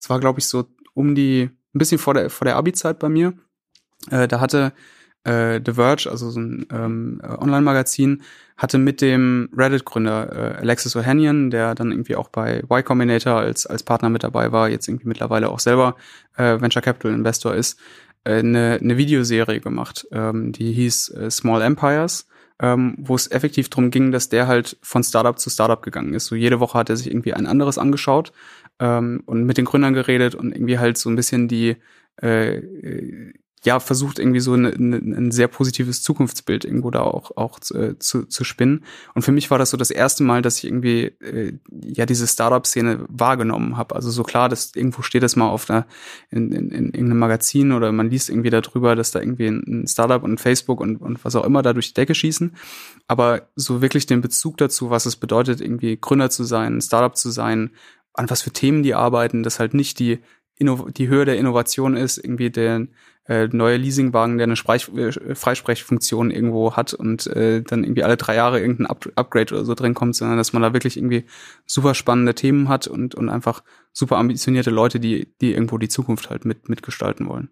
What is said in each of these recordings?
es war, glaube ich, so ein bisschen vor der Abi-Zeit bei mir. Da hatte The Verge, also so ein Online-Magazin, hatte mit dem Reddit-Gründer Alexis Ohanian, der dann irgendwie auch bei Y Combinator als Partner mit dabei war, jetzt irgendwie mittlerweile auch selber Venture Capital Investor ist, eine Videoserie gemacht, die hieß Small Empires, wo es effektiv darum ging, dass der halt von Startup zu Startup gegangen ist. So jede Woche hat er sich irgendwie ein anderes angeschaut und mit den Gründern geredet und irgendwie halt so ein bisschen versucht irgendwie so ein sehr positives Zukunftsbild irgendwo da auch zu spinnen. Und für mich war das so das erste Mal, dass ich irgendwie diese Startup-Szene wahrgenommen habe. Also so klar, dass irgendwo steht das mal in irgendeinem Magazin oder man liest irgendwie darüber, dass da irgendwie ein Startup und Facebook und was auch immer da durch die Decke schießen. Aber so wirklich den Bezug dazu, was es bedeutet, irgendwie Gründer zu sein, ein Startup zu sein, an was für Themen die arbeiten, dass halt nicht die Höhe der Innovation ist, irgendwie der neue Leasingwagen, der eine Freisprechfunktion irgendwo hat und dann irgendwie alle 3 Jahre irgendein Upgrade oder so drin kommt, sondern dass man da wirklich irgendwie super spannende Themen hat und einfach super ambitionierte Leute, die irgendwo die Zukunft halt mitgestalten wollen.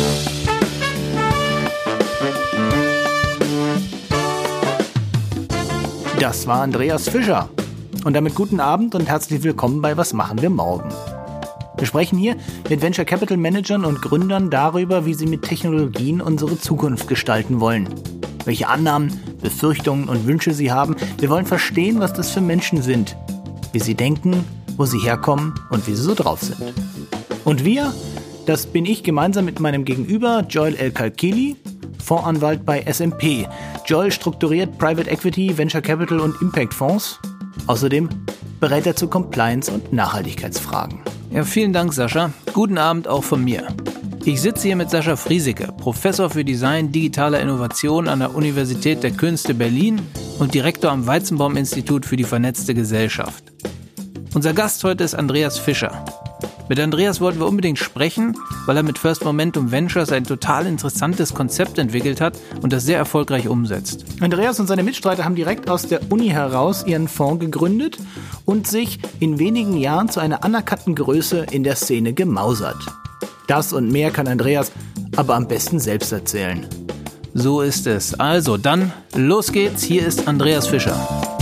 Das war Andreas Fischer. Und damit guten Abend und herzlich willkommen bei Was machen wir morgen? Wir sprechen hier mit Venture Capital Managern und Gründern darüber, wie sie mit Technologien unsere Zukunft gestalten wollen. Welche Annahmen, Befürchtungen und Wünsche sie haben. Wir wollen verstehen, was das für Menschen sind. Wie sie denken, wo sie herkommen und wie sie so drauf sind. Und wir, das bin ich gemeinsam mit meinem Gegenüber Joel El-Kalkili, Fondsanwalt bei S&P. Joel strukturiert Private Equity, Venture Capital und Impact Fonds. Außerdem berät er zu Compliance- und Nachhaltigkeitsfragen. Ja, vielen Dank, Sascha. Guten Abend auch von mir. Ich sitze hier mit Sascha Frieseke, Professor für Design digitaler Innovation an der Universität der Künste Berlin und Direktor am Weizenbaum-Institut für die vernetzte Gesellschaft. Unser Gast heute ist Andreas Fischer. Mit Andreas wollten wir unbedingt sprechen, weil er mit First Momentum Ventures ein total interessantes Konzept entwickelt hat und das sehr erfolgreich umsetzt. Andreas und seine Mitstreiter haben direkt aus der Uni heraus ihren Fonds gegründet und sich in wenigen Jahren zu einer anerkannten Größe in der Szene gemausert. Das und mehr kann Andreas aber am besten selbst erzählen. So ist es. Also dann, los geht's. Hier ist Andreas Fischer.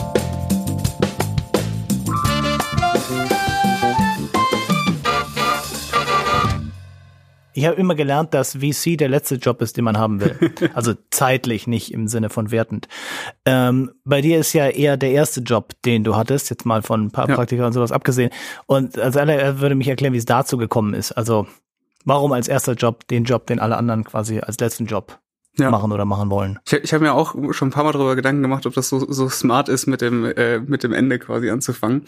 Ich habe immer gelernt, dass VC der letzte Job ist, den man haben will. Also zeitlich, nicht im Sinne von wertend. Bei dir ist ja eher der erste Job, den du hattest, jetzt mal von ein paar Praktika und sowas abgesehen. Und als aller würde mich erklären, wie es dazu gekommen ist. Also warum als erster Job den alle anderen quasi als letzten Job machen oder machen wollen? Ich habe mir auch schon ein paar Mal darüber Gedanken gemacht, ob das so smart ist, mit dem Ende quasi anzufangen.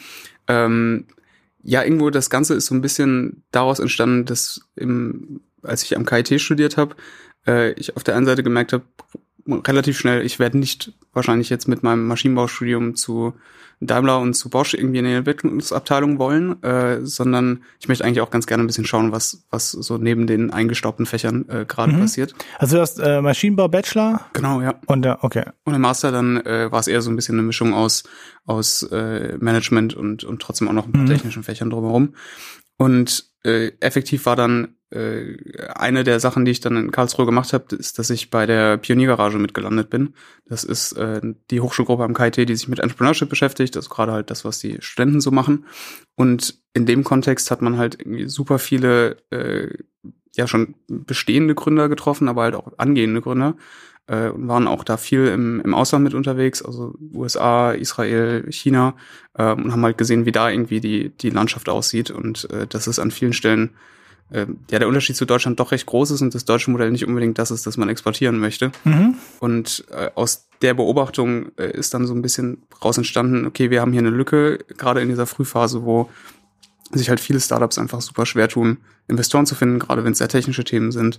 Irgendwo das Ganze ist so ein bisschen daraus entstanden, dass als ich am KIT studiert habe, ich auf der einen Seite gemerkt habe, relativ schnell, ich werde nicht wahrscheinlich jetzt mit meinem Maschinenbaustudium zu Daimler und zu Bosch irgendwie in die Entwicklungsabteilung wollen, sondern ich möchte eigentlich auch ganz gerne ein bisschen schauen, was so neben den eingestaubten Fächern gerade passiert. Also du hast Maschinenbau-Bachelor? Genau, ja. Und okay. Und im Master dann war es eher so ein bisschen eine Mischung aus Management und trotzdem auch noch ein paar technischen Fächern drumherum. Und effektiv war dann eine der Sachen, die ich dann in Karlsruhe gemacht habe, ist, dass ich bei der Pioniergarage mitgelandet bin. Das ist die Hochschulgruppe am KIT, die sich mit Entrepreneurship beschäftigt. Das ist gerade halt das, was die Studenten so machen. Und in dem Kontext hat man halt irgendwie super viele schon bestehende Gründer getroffen, aber halt auch angehende Gründer. Und waren auch da viel im Ausland mit unterwegs, also USA, Israel, China, und haben halt gesehen, wie da irgendwie die Landschaft aussieht und dass es an vielen Stellen der Unterschied zu Deutschland doch recht groß ist und das deutsche Modell nicht unbedingt das ist, das man exportieren möchte. Und aus der Beobachtung ist dann so ein bisschen raus entstanden, okay, wir haben hier eine Lücke, gerade in dieser Frühphase, wo sich halt viele Startups einfach super schwer tun, Investoren zu finden, gerade wenn es sehr technische Themen sind.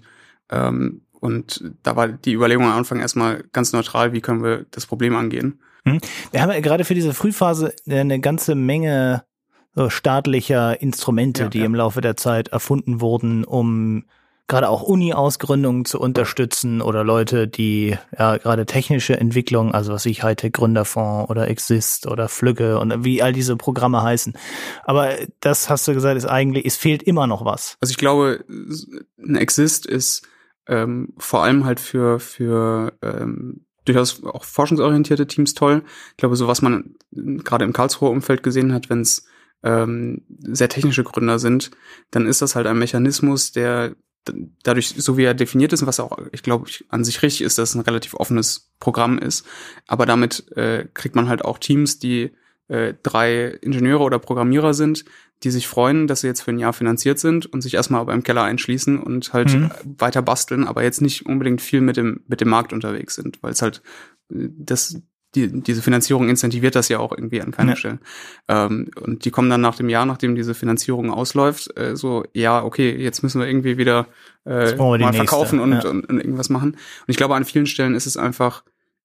Und da war die Überlegung am Anfang erstmal ganz neutral, wie können wir das Problem angehen. Wir haben ja gerade für diese Frühphase eine ganze Menge so staatlicher Instrumente, die im Laufe der Zeit erfunden wurden, um gerade auch Uni-Ausgründungen zu unterstützen oder Leute, die ja gerade technische Entwicklung, also was ich Hightech Gründerfonds oder Exist oder Flügge und wie all diese Programme heißen. Aber das hast du gesagt, ist eigentlich, es fehlt immer noch was. Also ich glaube, ein Exist ist vor allem halt für durchaus auch forschungsorientierte Teams toll. Ich glaube, so was man gerade im Karlsruher Umfeld gesehen hat, wenn es sehr technische Gründer sind, dann ist das halt ein Mechanismus, der dadurch, so wie er definiert ist, was auch, ich glaube, an sich richtig ist, dass es ein relativ offenes Programm ist. Aber damit kriegt man halt auch Teams, die 3 Ingenieure oder Programmierer sind, die sich freuen, dass sie jetzt für ein Jahr finanziert sind und sich erstmal aber im Keller einschließen und halt weiter basteln, aber jetzt nicht unbedingt viel mit dem Markt unterwegs sind, weil es halt diese Finanzierung incentiviert das ja auch irgendwie an keiner Stelle. Und die kommen dann nach dem Jahr, nachdem diese Finanzierung ausläuft, so, ja, okay, jetzt müssen wir irgendwie wieder mal verkaufen und irgendwas machen. Und ich glaube, an vielen Stellen ist es einfach,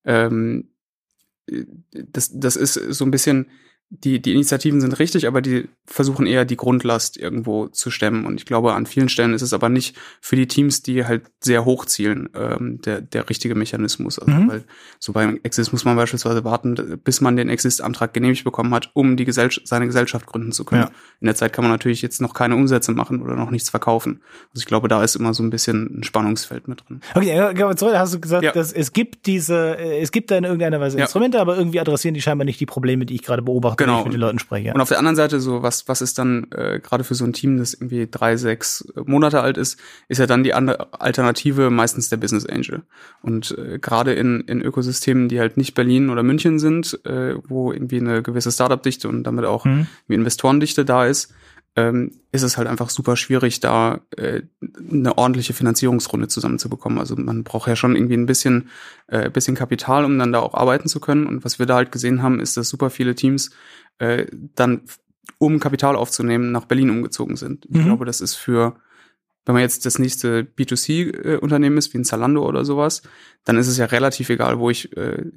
das ist so ein bisschen, die Initiativen sind richtig, aber die versuchen eher die Grundlast irgendwo zu stemmen. Und ich glaube, an vielen Stellen ist es aber nicht für die Teams, die halt sehr hoch zielen, der richtige Mechanismus. Also, weil so beim Exist muss man beispielsweise warten, bis man den Exist-Antrag genehmigt bekommen hat, um seine Gesellschaft gründen zu können. Ja. In der Zeit kann man natürlich jetzt noch keine Umsätze machen oder noch nichts verkaufen. Also ich glaube, da ist immer so ein bisschen ein Spannungsfeld mit drin. Okay, sorry, hast du gesagt, dass es gibt da in irgendeiner Weise Instrumente, aber irgendwie adressieren die scheinbar nicht die Probleme, die ich gerade beobachte. Wenn ich mit den Leuten spreche. Und auf der anderen Seite so, was ist dann gerade für so ein Team, das irgendwie 3-6 Monate alt ist ja dann die andere Alternative meistens der Business Angel. Und gerade in Ökosystemen, die halt nicht Berlin oder München sind, wo irgendwie eine gewisse Startup-Dichte und damit auch wie Investorendichte da ist es halt einfach super schwierig, da eine ordentliche Finanzierungsrunde zusammenzubekommen. Also man braucht ja schon irgendwie ein bisschen Kapital, um dann da auch arbeiten zu können. Und was wir da halt gesehen haben, ist, dass super viele Teams dann, um Kapital aufzunehmen, nach Berlin umgezogen sind. Ich glaube, das ist wenn man jetzt das nächste B2C-Unternehmen ist, wie ein Zalando oder sowas, dann ist es ja relativ egal, wo ich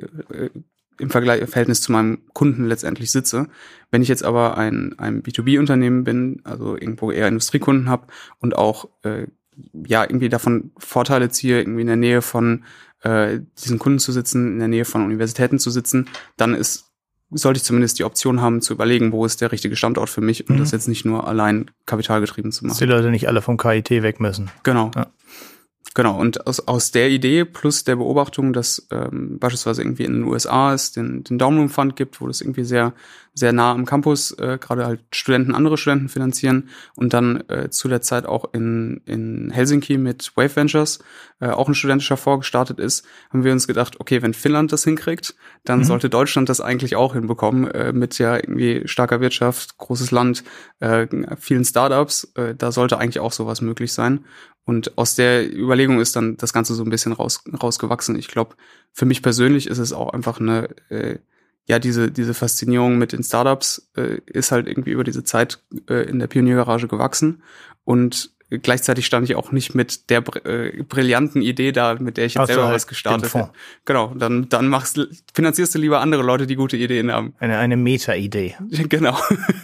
im Verhältnis zu meinem Kunden letztendlich sitze. Wenn ich jetzt aber ein B2B-Unternehmen bin, also irgendwo eher Industriekunden habe und auch irgendwie davon Vorteile ziehe, irgendwie in der Nähe von diesen Kunden zu sitzen, in der Nähe von Universitäten zu sitzen, dann sollte ich zumindest die Option haben, zu überlegen, wo ist der richtige Standort für mich und das jetzt nicht nur allein kapitalgetrieben zu machen. Dass die Leute nicht alle vom KIT weg müssen. Genau. Ja. Genau, und aus der Idee plus der Beobachtung, dass beispielsweise irgendwie in den USA es den Downroom Fund gibt, wo das irgendwie sehr, sehr nah am Campus gerade halt andere Studenten finanzieren und dann zu der Zeit auch in Helsinki mit Wave Ventures auch ein studentischer Fonds gestartet ist, haben wir uns gedacht, okay, wenn Finnland das hinkriegt, dann sollte Deutschland das eigentlich auch hinbekommen mit ja irgendwie starker Wirtschaft, großes Land, vielen Startups, da sollte eigentlich auch sowas möglich sein. Und aus der Überlegung ist dann das Ganze so ein bisschen rausgewachsen. Ich glaube, für mich persönlich ist es auch einfach diese Faszinierung mit den Startups ist halt irgendwie über diese Zeit in der Pioniergarage gewachsen. Und gleichzeitig stand ich auch nicht mit der brillanten Idee da, mit der ich jetzt selber was gestartet habe. Genau, dann finanzierst du lieber andere Leute, die gute Ideen haben. Eine Meta-Idee. Genau.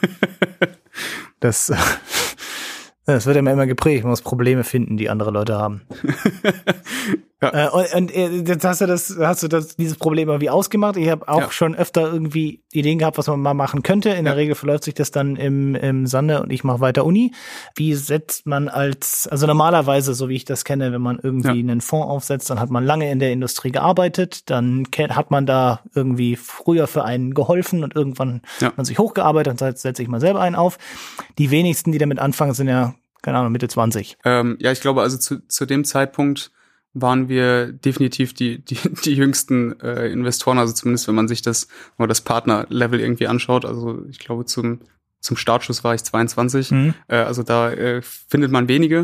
Das wird immer geprägt. Man muss Probleme finden, die andere Leute haben. Ja. Und jetzt hast du dieses Problem irgendwie ausgemacht. Ich habe auch schon öfter irgendwie Ideen gehabt, was man mal machen könnte. In der Regel verläuft sich das dann im Sande und ich mache weiter Uni. Wie setzt man also normalerweise, so wie ich das kenne, wenn man irgendwie einen Fonds aufsetzt, dann hat man lange in der Industrie gearbeitet, dann hat man da irgendwie früher für einen geholfen und irgendwann hat man sich hochgearbeitet und jetzt setze ich mal selber einen auf. Die wenigsten, die damit anfangen, sind ja, keine Ahnung, Mitte 20. Ich glaube, also zu dem Zeitpunkt waren wir definitiv die jüngsten Investoren, also zumindest wenn man sich das Partner-Level irgendwie anschaut. Also ich glaube, zum Startschuss war ich 22. Also da findet man wenige.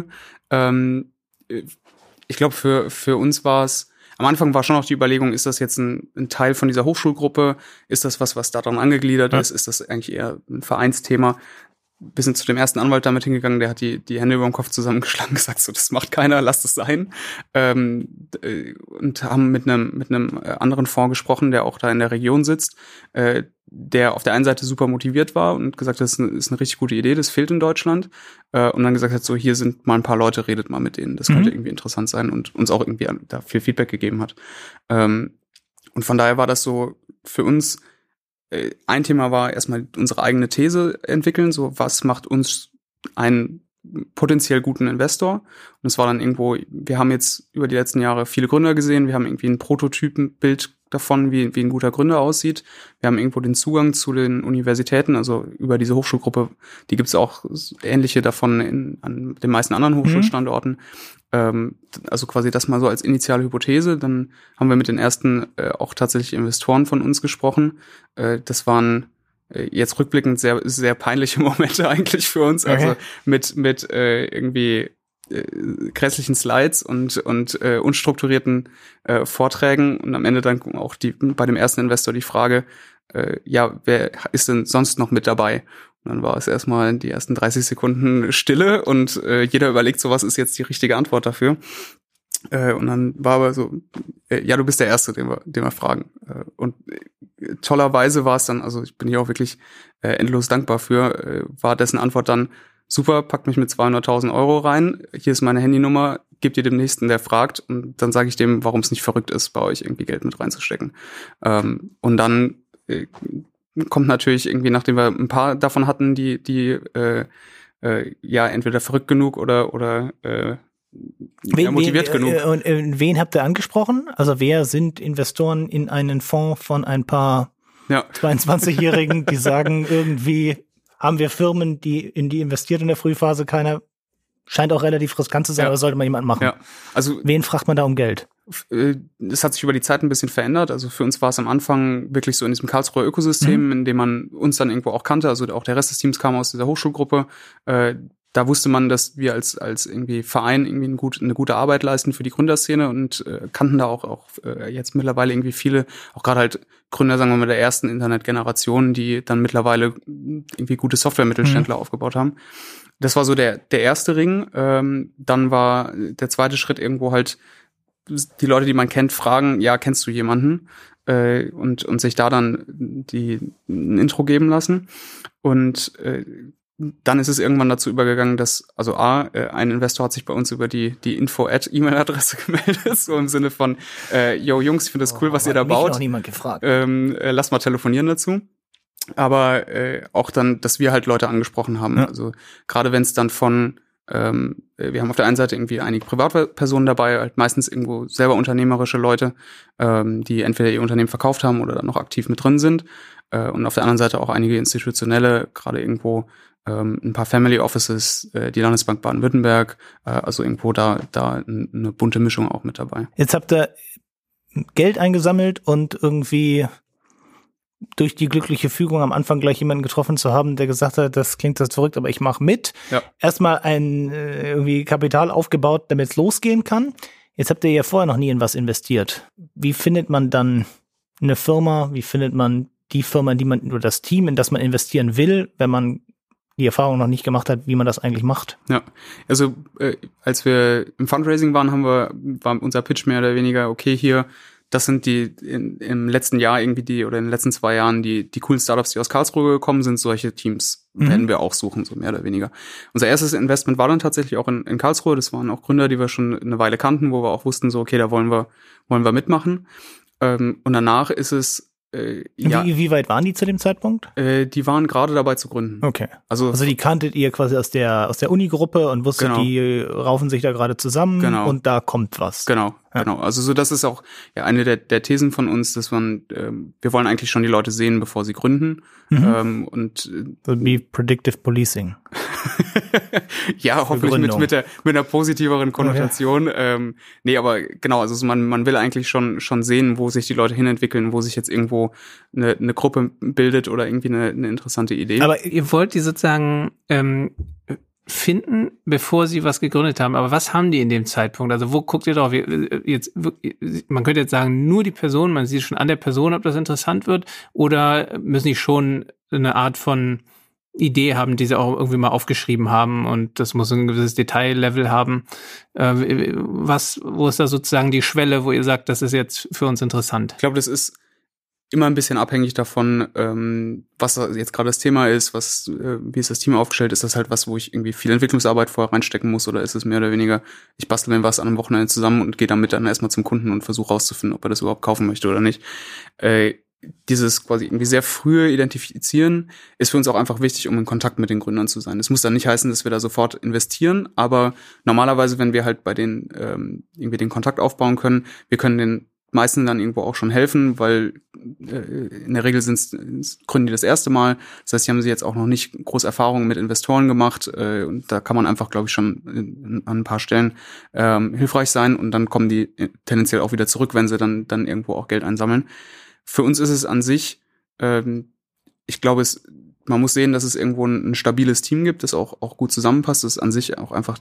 Ich glaube, für uns war es, am Anfang war schon auch die Überlegung, ist das jetzt ein Teil von dieser Hochschulgruppe? Ist das was daran angegliedert ist? Ist das eigentlich eher ein Vereinsthema? wir sind zu dem ersten Anwalt damit hingegangen, der hat die Hände über den Kopf zusammengeschlagen, gesagt, so, das macht keiner, lasst es sein. Und haben mit einem anderen Fonds gesprochen, der auch da in der Region sitzt, der auf der einen Seite super motiviert war und gesagt hat, das ist eine richtig gute Idee, das fehlt in Deutschland. Und dann gesagt hat, so, hier sind mal ein paar Leute, redet mal mit denen. Das könnte irgendwie interessant sein und uns auch irgendwie da viel Feedback gegeben hat. Und von daher war das so für uns, ein Thema war erstmal unsere eigene These entwickeln, so was macht uns einen potenziell guten Investor. Und es war dann irgendwo, wir haben jetzt über die letzten Jahre viele Gründer gesehen, wir haben irgendwie ein Prototypenbild davon, wie ein guter Gründer aussieht. Wir haben irgendwo den Zugang zu den Universitäten, also über diese Hochschulgruppe, die gibt es auch ähnliche davon an den meisten anderen Hochschulstandorten. Also quasi das mal so als initiale Hypothese. Dann haben wir mit den ersten auch tatsächlich Investoren von uns gesprochen. Das waren jetzt rückblickend sehr, sehr peinliche Momente eigentlich für uns. Okay. Also mit irgendwie grässlichen Slides und unstrukturierten Vorträgen und am Ende dann auch bei dem ersten Investor die Frage, ja, wer ist denn sonst noch mit dabei? Und dann war es erstmal die ersten 30 Sekunden Stille und jeder überlegt so, was ist jetzt die richtige Antwort dafür? Und dann war aber so, ja, du bist der Erste, den wir fragen. Und tollerweise war es dann, also ich bin hier auch wirklich endlos dankbar für, war dessen Antwort dann, super, packt mich mit 200.000 Euro rein, hier ist meine Handynummer, gebt ihr dem Nächsten, der fragt, und dann sage ich dem, warum es nicht verrückt ist, bei euch irgendwie Geld mit reinzustecken. Und dann kommt natürlich irgendwie, nachdem wir ein paar davon hatten, die ja entweder verrückt genug oder motiviert genug. Und wen habt ihr angesprochen? Also wer sind Investoren in einen Fonds von ein paar 22-Jährigen, die sagen irgendwie, haben wir Firmen, in die investiert in der Frühphase, keiner, scheint auch relativ riskant zu sein, aber sollte mal jemand machen. Ja. Also wen fragt man da um Geld? Das hat sich über die Zeit ein bisschen verändert. Also für uns war es am Anfang wirklich so in diesem Karlsruher Ökosystem, in dem man uns dann irgendwo auch kannte. Also auch der Rest des Teams kam aus dieser Hochschulgruppe. Da wusste man, dass wir als irgendwie Verein irgendwie eine gute Arbeit leisten für die Gründerszene und kannten da auch jetzt mittlerweile irgendwie viele, auch gerade halt Gründer, sagen wir mal, der ersten Internetgeneration, die dann mittlerweile irgendwie gute Software-Mittelständler aufgebaut haben. Das war so der erste Ring. Dann war der zweite Schritt irgendwo halt die Leute, die man kennt, fragen, ja, kennst du jemanden? Und sich da dann ein Intro geben lassen. Und dann ist es irgendwann dazu übergegangen, dass, also ein Investor hat sich bei uns über die Info-@E-Mail-Adresse gemeldet, so im Sinne von, yo Jungs, ich finde das cool, was ihr da baut. Mich noch niemand gefragt. Lass mal telefonieren dazu. Aber auch dann, dass wir halt Leute angesprochen haben. Ja. Also gerade wenn es dann von, wir haben auf der einen Seite irgendwie einige Privatpersonen dabei, halt meistens irgendwo selber unternehmerische Leute, die entweder ihr Unternehmen verkauft haben oder dann noch aktiv mit drin sind. Und auf der anderen Seite auch einige institutionelle, gerade irgendwo ein paar Family Offices, die Landesbank Baden-Württemberg, also irgendwo da eine bunte Mischung auch mit dabei. Jetzt habt ihr Geld eingesammelt und irgendwie durch die glückliche Fügung am Anfang gleich jemanden getroffen zu haben, der gesagt hat, das klingt das verrückt, aber ich mache mit. Ja. Erstmal ein irgendwie Kapital aufgebaut, damit es losgehen kann. Jetzt habt ihr ja vorher noch nie in was investiert. Wie findet man dann eine Firma? Wie findet man die Firma, in die man, oder das Team, in das man investieren will, wenn man die Erfahrung noch nicht gemacht hat, wie man das eigentlich macht? Ja, also als wir im Fundraising waren, war unser Pitch mehr oder weniger, okay, hier, das sind im letzten Jahr irgendwie oder in den letzten 2 Jahren die coolen Startups, die aus Karlsruhe gekommen sind, solche Teams werden wir auch suchen, so mehr oder weniger. Unser erstes Investment war dann tatsächlich auch in Karlsruhe, das waren auch Gründer, die wir schon eine Weile kannten, wo wir auch wussten, so okay, da wollen wir mitmachen. Und danach ist es Wie weit waren die zu dem Zeitpunkt? Die waren gerade dabei zu gründen. Okay. Also die kanntet ihr quasi aus der Uni-Gruppe und wusstet, die raufen sich da gerade zusammen und da kommt was. Genau. Also so, das ist auch eine der Thesen von uns, dass wir wollen eigentlich schon die Leute sehen, bevor sie gründen. Und wie Predictive Policing. Ja, hoffentlich mit einer positiveren Konnotation. Okay. Nee, aber genau, also man will eigentlich schon sehen, wo sich die Leute hinentwickeln, wo sich jetzt irgendwo eine Gruppe bildet oder irgendwie eine interessante Idee. Aber ihr wollt die sozusagen finden, bevor sie was gegründet haben. Aber was haben die in dem Zeitpunkt? Also wo guckt ihr drauf? Man könnte jetzt sagen, nur die Person, man sieht schon an der Person, ob das interessant wird, oder müssen die schon eine Art von Idee haben, die sie auch irgendwie mal aufgeschrieben haben und das muss ein gewisses Detaillevel haben. Wo ist da sozusagen die Schwelle, wo ihr sagt, das ist jetzt für uns interessant? Ich glaube, das ist immer ein bisschen abhängig davon, was jetzt gerade das Thema ist, wie ist das Team aufgestellt, ist das halt was, wo ich irgendwie viel Entwicklungsarbeit vorher reinstecken muss oder ist es mehr oder weniger, ich bastel mir was an einem Wochenende zusammen und gehe damit dann erstmal zum Kunden und versuche rauszufinden, ob er das überhaupt kaufen möchte oder nicht. Dieses quasi irgendwie sehr frühe Identifizieren ist für uns auch einfach wichtig, um in Kontakt mit den Gründern zu sein. Das muss dann nicht heißen, dass wir da sofort investieren, aber normalerweise, wenn wir halt bei denen irgendwie den Kontakt aufbauen können, wir können den meisten dann irgendwo auch schon helfen, weil in der Regel gründen die das erste Mal. Das heißt, die haben sie jetzt auch noch nicht groß Erfahrungen mit Investoren gemacht und da kann man einfach, glaube ich, schon an ein paar Stellen hilfreich sein und dann kommen die tendenziell auch wieder zurück, wenn sie dann irgendwo auch Geld einsammeln. Für uns ist es an sich, ich glaube, man muss sehen, dass es irgendwo ein stabiles Team gibt, das auch gut zusammenpasst. Das ist an sich auch einfach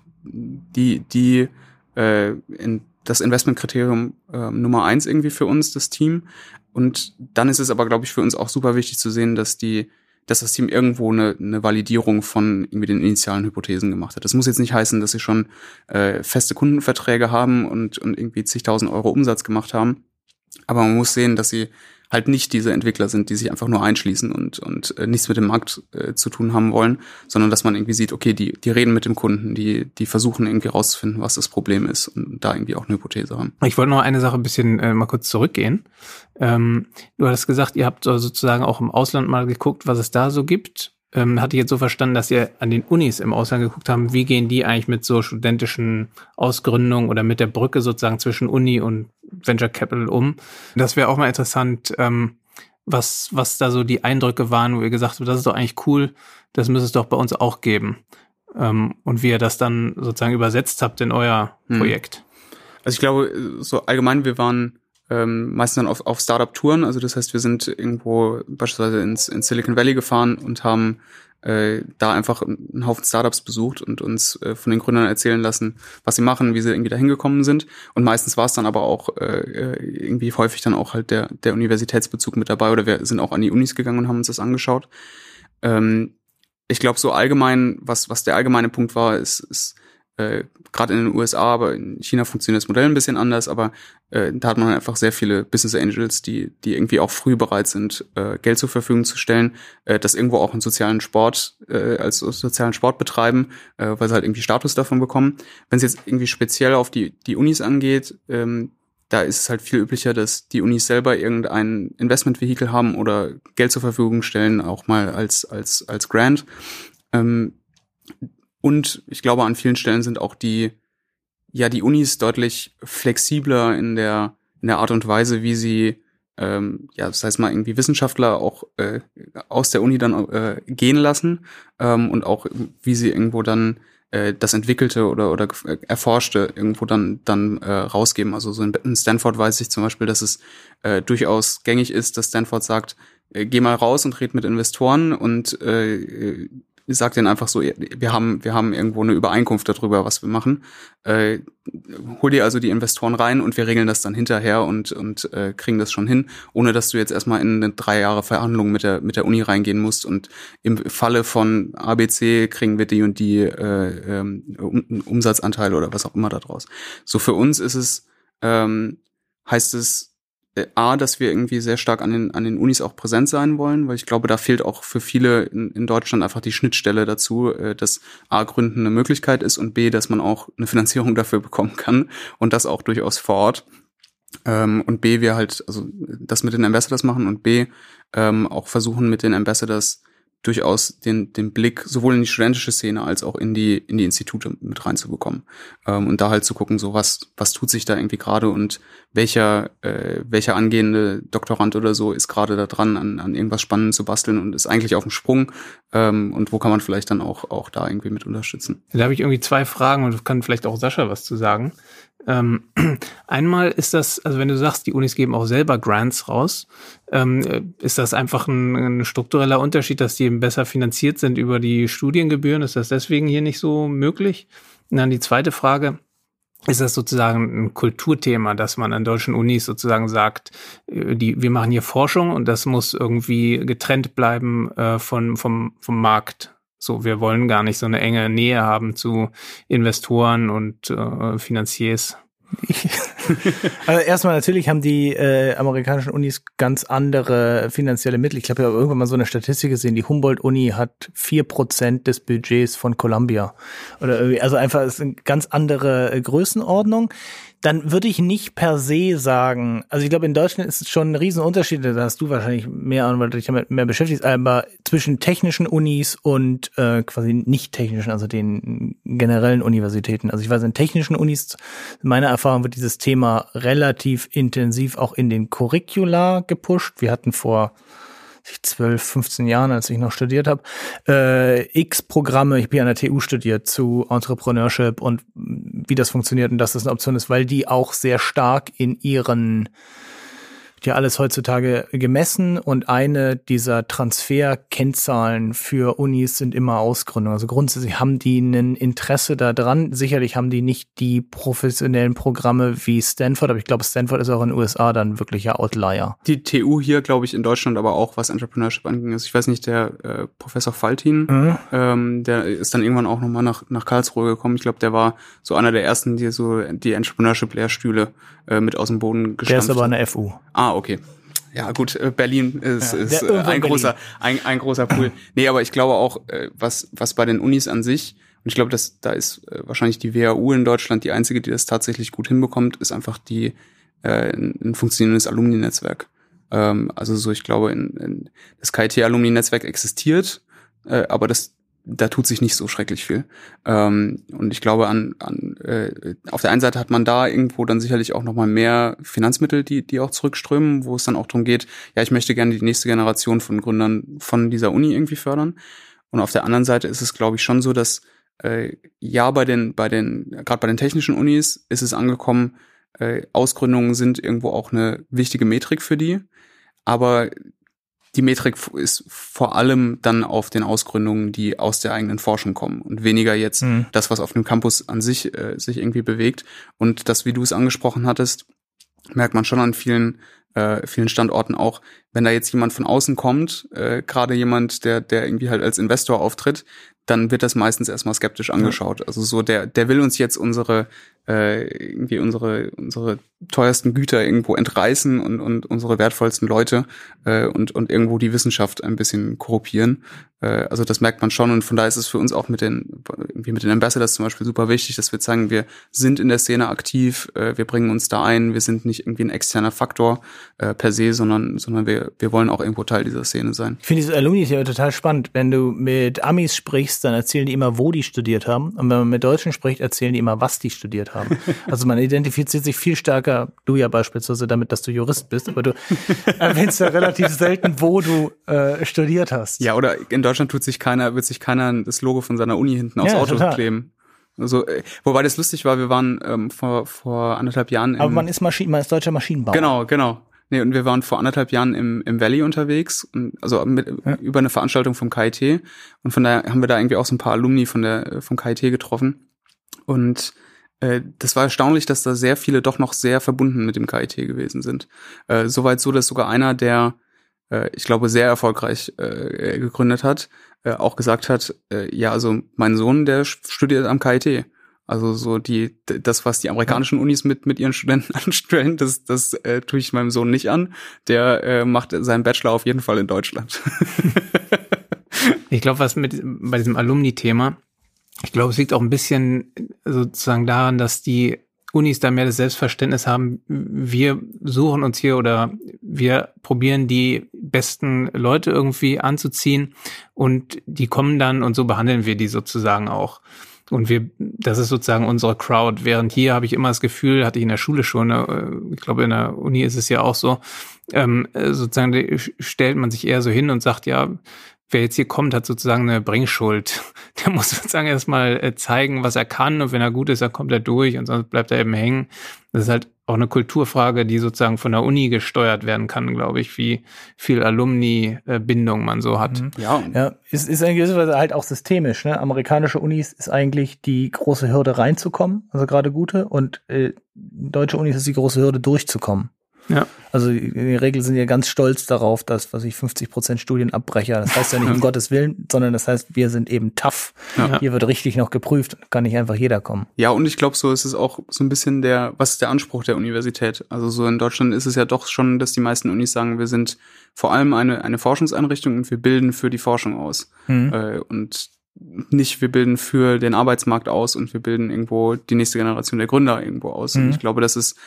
das Investmentkriterium Nummer 1 irgendwie für uns, das Team. Und dann ist es aber, glaube ich, für uns auch super wichtig zu sehen, dass das Team irgendwo eine Validierung von irgendwie den initialen Hypothesen gemacht hat. Das muss jetzt nicht heißen, dass sie schon feste Kundenverträge haben und irgendwie zigtausend Euro Umsatz gemacht haben. Aber man muss sehen, dass sie halt nicht diese Entwickler sind, die sich einfach nur einschließen und nichts mit dem Markt zu tun haben wollen, sondern dass man irgendwie sieht, okay, die reden mit dem Kunden, die versuchen irgendwie rauszufinden, was das Problem ist und da irgendwie auch eine Hypothese haben. Ich wollte noch eine Sache ein bisschen mal kurz zurückgehen. Du hattest gesagt, ihr habt sozusagen auch im Ausland mal geguckt, was es da so gibt. Hatte ich jetzt so verstanden, dass ihr an den Unis im Ausland geguckt haben, wie gehen die eigentlich mit so studentischen Ausgründungen oder mit der Brücke sozusagen zwischen Uni und Venture Capital um. Das wäre auch mal interessant, was da so die Eindrücke waren, wo ihr gesagt habt, das ist doch eigentlich cool, das müsste es doch bei uns auch geben. Und wie ihr das dann sozusagen übersetzt habt in euer Projekt. Also ich glaube, so allgemein, wir waren meistens dann auf Startup-Touren, also das heißt, wir sind irgendwo beispielsweise ins Silicon Valley gefahren und haben da einfach einen Haufen Startups besucht und uns von den Gründern erzählen lassen, was sie machen, wie sie irgendwie da hingekommen sind. Und meistens war es dann aber auch irgendwie häufig dann auch halt der Universitätsbezug mit dabei oder wir sind auch an die Unis gegangen und haben uns das angeschaut. Ich glaube, so allgemein, was der allgemeine Punkt war, ist gerade in den USA, aber in China funktioniert das Modell ein bisschen anders, aber da hat man einfach sehr viele Business Angels, die irgendwie auch früh bereit sind, Geld zur Verfügung zu stellen, das irgendwo auch einen sozialen Sport, als sozialen Sport betreiben, weil sie halt irgendwie Status davon bekommen. Wenn es jetzt irgendwie speziell auf die Unis angeht, da ist es halt viel üblicher, dass die Unis selber irgendein Investmentvehikel haben oder Geld zur Verfügung stellen, auch mal als Grant. Und ich glaube, an vielen Stellen sind auch die Unis deutlich flexibler in der Art und Weise, wie sie, das heißt mal irgendwie Wissenschaftler auch aus der Uni dann gehen lassen und auch wie sie irgendwo dann das Entwickelte oder Erforschte irgendwo dann rausgeben. Also so in Stanford weiß ich zum Beispiel, dass es durchaus gängig ist, dass Stanford sagt, geh mal raus und red mit Investoren und sagt denen einfach so, wir haben irgendwo eine Übereinkunft darüber, was wir machen. Hol dir also die Investoren rein und wir regeln das dann hinterher und kriegen das schon hin, ohne dass du jetzt erstmal in eine 3 Jahre Verhandlung mit der Uni reingehen musst und im Falle von ABC kriegen wir die und die Umsatzanteile oder was auch immer da draus. So für uns ist es, heißt es, dass wir irgendwie sehr stark an den Unis auch präsent sein wollen, weil ich glaube, da fehlt auch für viele in Deutschland einfach die Schnittstelle dazu, dass A, Gründen eine Möglichkeit ist und B, dass man auch eine Finanzierung dafür bekommen kann und das auch durchaus vor Ort. Und B, wir halt, also das mit den Ambassadors machen und B, auch versuchen mit den Ambassadors durchaus den Blick sowohl in die studentische Szene als auch in die Institute mit reinzubekommen. Und da halt zu gucken, so was tut sich da irgendwie gerade und welcher angehende Doktorand oder so ist gerade da dran, an irgendwas Spannendes zu basteln und ist eigentlich auf dem Sprung. Und wo kann man vielleicht dann auch da irgendwie mit unterstützen. Da habe ich irgendwie 2 Fragen und kann vielleicht auch Sascha was zu sagen. Einmal ist das, also wenn du sagst, die Unis geben auch selber Grants raus, ist das einfach ein struktureller Unterschied, dass die eben besser finanziert sind über die Studiengebühren? Ist das deswegen hier nicht so möglich? Und dann die zweite Frage, ist das sozusagen ein Kulturthema, dass man an deutschen Unis sozusagen sagt, wir machen hier Forschung und das muss irgendwie getrennt bleiben vom Markt. So, wir wollen gar nicht so eine enge Nähe haben zu Investoren und Finanziers. Also erstmal natürlich haben die amerikanischen Unis ganz andere finanzielle Mittel. Ich glaube, ich habe irgendwann mal so eine Statistik gesehen, die Humboldt-Uni hat 4% des Budgets von Columbia. Oder irgendwie, also einfach ist eine ganz andere Größenordnung. Dann würde ich nicht per se sagen, also ich glaube, in Deutschland ist es schon ein Riesenunterschied, da hast du wahrscheinlich mehr Ahnung, weil du dich damit mehr beschäftigst, aber zwischen technischen Unis und quasi nicht technischen, also den generellen Universitäten. Also ich weiß, in technischen Unis, in meiner Erfahrung wird dieses Thema relativ intensiv auch in den Curricula gepusht. Wir hatten vor 12, 15 Jahren, als ich noch studiert habe, x Programme, ich bin an der TU studiert, zu Entrepreneurship und wie das funktioniert und dass das eine Option ist, weil die auch sehr stark in ihren, ja alles heutzutage gemessen und eine dieser Transferkennzahlen für Unis sind immer Ausgründungen. Also grundsätzlich haben die ein Interesse daran. Sicherlich haben die nicht die professionellen Programme wie Stanford, aber ich glaube, Stanford ist auch in den USA dann wirklicher Outlier. Die TU hier, glaube ich, in Deutschland aber auch, was Entrepreneurship anging. Also ich weiß nicht, der Professor Faltin, der ist dann irgendwann auch nochmal nach Karlsruhe gekommen. Ich glaube, der war so einer der ersten, die so die Entrepreneurship-Lehrstühle mit aus dem Boden gestampft. Der ist aber eine FU. Okay. Ja, gut, Berlin ist ein großer Pool. Nee, aber ich glaube auch, was bei den Unis an sich, und ich glaube, da ist wahrscheinlich die WHU in Deutschland die einzige, die das tatsächlich gut hinbekommt, ist einfach ein funktionierendes Alumni-Netzwerk. Also so, ich glaube, das KIT-Alumni-Netzwerk existiert, aber da tut sich nicht so schrecklich viel. Und ich glaube, auf der einen Seite hat man da irgendwo dann sicherlich auch nochmal mehr Finanzmittel, die auch zurückströmen, wo es dann auch darum geht, ja, ich möchte gerne die nächste Generation von Gründern von dieser Uni irgendwie fördern. Und auf der anderen Seite ist es, glaube ich, schon so, dass gerade bei den technischen Unis ist es angekommen, Ausgründungen sind irgendwo auch eine wichtige Metrik für die, aber die Metrik ist vor allem dann auf den Ausgründungen, die aus der eigenen Forschung kommen und weniger jetzt das, was auf dem Campus an sich irgendwie bewegt. Und das, wie du es angesprochen hattest, merkt man schon an vielen Standorten auch, wenn da jetzt jemand von außen kommt, gerade jemand, der irgendwie halt als Investor auftritt, dann wird das meistens erstmal skeptisch angeschaut. Also so, der will uns jetzt unsere teuersten Güter irgendwo entreißen und unsere wertvollsten Leute und irgendwo die Wissenschaft ein bisschen korrumpieren. Also das merkt man schon und von daher ist es für uns auch mit den Ambassadors zum Beispiel super wichtig, dass wir zeigen, wir sind in der Szene aktiv, wir bringen uns da ein, wir sind nicht irgendwie ein externer Faktor per se, sondern wir wollen auch irgendwo Teil dieser Szene sein. Ich finde diese Alumni-Thema total spannend. Wenn du mit Amis sprichst, dann erzählen die immer, wo die studiert haben. Und wenn man mit Deutschen spricht, erzählen die immer, was die studiert haben. Also man identifiziert sich viel stärker, du ja beispielsweise damit, dass du Jurist bist, aber du erwähnst ja relativ selten, wo du studiert hast. Ja, oder in Deutschland wird sich keiner das Logo von seiner Uni hinten aufs Auto kleben. Also, wobei das lustig war, wir waren vor 1,5 Jahren aber man ist deutscher Maschinenbauer. Genau. Nee, und wir waren vor 1,5 Jahren im Valley unterwegs, über eine Veranstaltung vom KIT. Und von daher haben wir da irgendwie auch so ein paar Alumni vom KIT getroffen. Und das war erstaunlich, dass da sehr viele doch noch sehr verbunden mit dem KIT gewesen sind. Soweit so, dass sogar einer, der, ich glaube, sehr erfolgreich gegründet hat, auch gesagt hat, ja, also mein Sohn, der studiert am KIT. Also so das, was die amerikanischen Unis mit ihren Studenten anstellen, das tue ich meinem Sohn nicht an. Der macht seinen Bachelor auf jeden Fall in Deutschland. Ich glaube, bei diesem Alumni-Thema, ich glaube, es liegt auch ein bisschen sozusagen daran, dass die Unis da mehr das Selbstverständnis haben, wir suchen uns hier oder wir probieren die besten Leute irgendwie anzuziehen und die kommen dann und so behandeln wir die sozusagen auch. Und das ist sozusagen unsere Crowd. Während hier habe ich immer das Gefühl, hatte ich in der Schule schon, ich glaube in der Uni ist es ja auch so, sozusagen stellt man sich eher so hin und sagt, ja, wer jetzt hier kommt, hat sozusagen eine Bringschuld. Der muss sozusagen erstmal zeigen, was er kann und wenn er gut ist, dann kommt er durch und sonst bleibt er eben hängen. Das ist halt auch eine Kulturfrage, die sozusagen von der Uni gesteuert werden kann, glaube ich, wie viel Alumni-Bindung man so hat. Ja, ist in gewisser Weise halt auch systemisch. Ne? Amerikanische Unis ist eigentlich die große Hürde reinzukommen, also gerade gute, und deutsche Unis ist die große Hürde durchzukommen. Ja. Also in der Regel sind wir ganz stolz darauf, dass 50% Studienabbrecher, das heißt ja nicht um Gottes Willen, sondern das heißt, wir sind eben tough. Ja. Hier wird richtig noch geprüft, kann nicht einfach jeder kommen. Ja, und ich glaube, so ist es auch so ein bisschen was ist der Anspruch der Universität? Also so in Deutschland ist es ja doch schon, dass die meisten Unis sagen, wir sind vor allem eine Forschungseinrichtung und wir bilden für die Forschung aus. Und nicht, wir bilden für den Arbeitsmarkt aus und wir bilden irgendwo die nächste Generation der Gründer irgendwo aus. Und ich glaube, das ist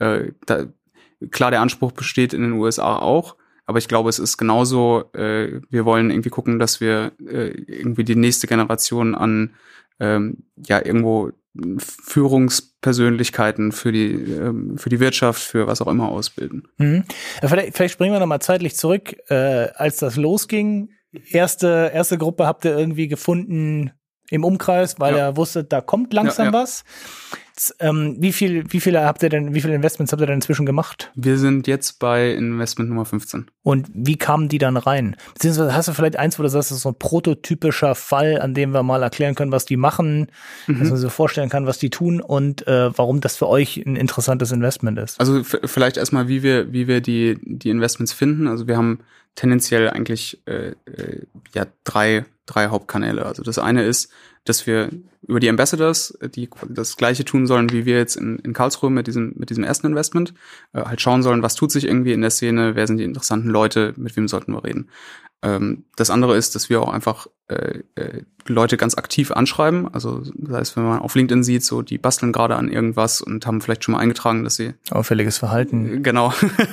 klar, der Anspruch besteht in den USA auch, aber ich glaube, es ist genauso, wir wollen irgendwie gucken, dass wir irgendwie die nächste Generation an irgendwo Führungspersönlichkeiten für die Wirtschaft, für was auch immer ausbilden. Vielleicht springen wir nochmal zeitlich zurück, als das losging. Erste Gruppe habt ihr irgendwie gefunden im Umkreis, weil ihr wusstet, da kommt langsam was. Wie viele Investments habt ihr denn inzwischen gemacht? Wir sind jetzt bei Investment Nummer 15. Und wie kamen die dann rein? Beziehungsweise hast du vielleicht eins, wo du sagst, das ist so ein prototypischer Fall, an dem wir mal erklären können, was die machen, dass man sich so vorstellen kann, was die tun und warum das für euch ein interessantes Investment ist. Also vielleicht erstmal, wie wir die Investments finden. Also wir haben tendenziell eigentlich drei Hauptkanäle. Also das eine ist, dass wir über die Ambassadors, die das Gleiche tun sollen, wie wir jetzt in Karlsruhe mit diesem ersten Investment, halt schauen sollen, was tut sich irgendwie in der Szene, wer sind die interessanten Leute, mit wem sollten wir reden. Das andere ist, dass wir auch einfach Leute ganz aktiv anschreiben. Also das heißt, wenn man auf LinkedIn sieht, so die basteln gerade an irgendwas und haben vielleicht schon mal eingetragen, dass sie auffälliges Verhalten. Genau.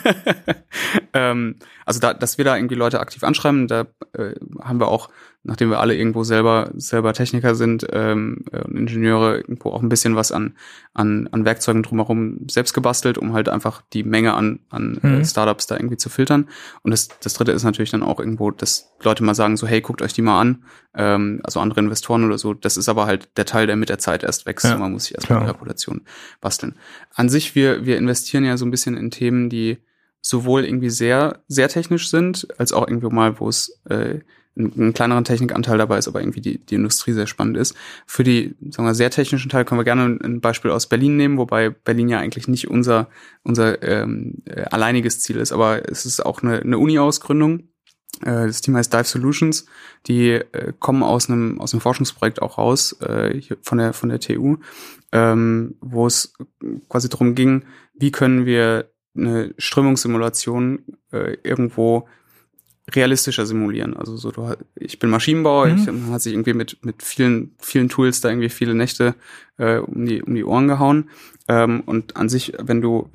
Also dass wir da irgendwie Leute aktiv anschreiben, da haben wir auch, nachdem wir alle irgendwo selber Techniker sind und Ingenieure, irgendwo auch ein bisschen was an Werkzeugen drumherum selbst gebastelt, um halt einfach die Menge an Startups da irgendwie zu filtern. Und das dritte ist natürlich dann auch irgendwo, dass Leute mal sagen so, hey, guckt euch die mal an, also andere Investoren oder so. Das ist aber halt der Teil, der mit der Zeit erst wächst. Ja, man muss sich erstmal eine Reputation basteln. An sich, wir investieren ja so ein bisschen in Themen, die sowohl irgendwie sehr, sehr technisch sind, als auch irgendwo mal, wo es einen kleineren Technikanteil dabei ist, aber irgendwie die Industrie sehr spannend ist. Für die, sagen wir, sehr technischen Teil können wir gerne ein Beispiel aus Berlin nehmen, wobei Berlin ja eigentlich nicht unser alleiniges Ziel ist, aber es ist auch eine Uni-Ausgründung. Das Team heißt Dive Solutions. Die kommen aus einem Forschungsprojekt auch raus, hier von der TU, wo es quasi darum ging, wie können wir eine Strömungssimulation irgendwo realistischer simulieren. Also so, ich bin Maschinenbauer, man hat sich irgendwie mit vielen Tools da irgendwie viele Nächte um die Ohren gehauen. Und an sich, wenn du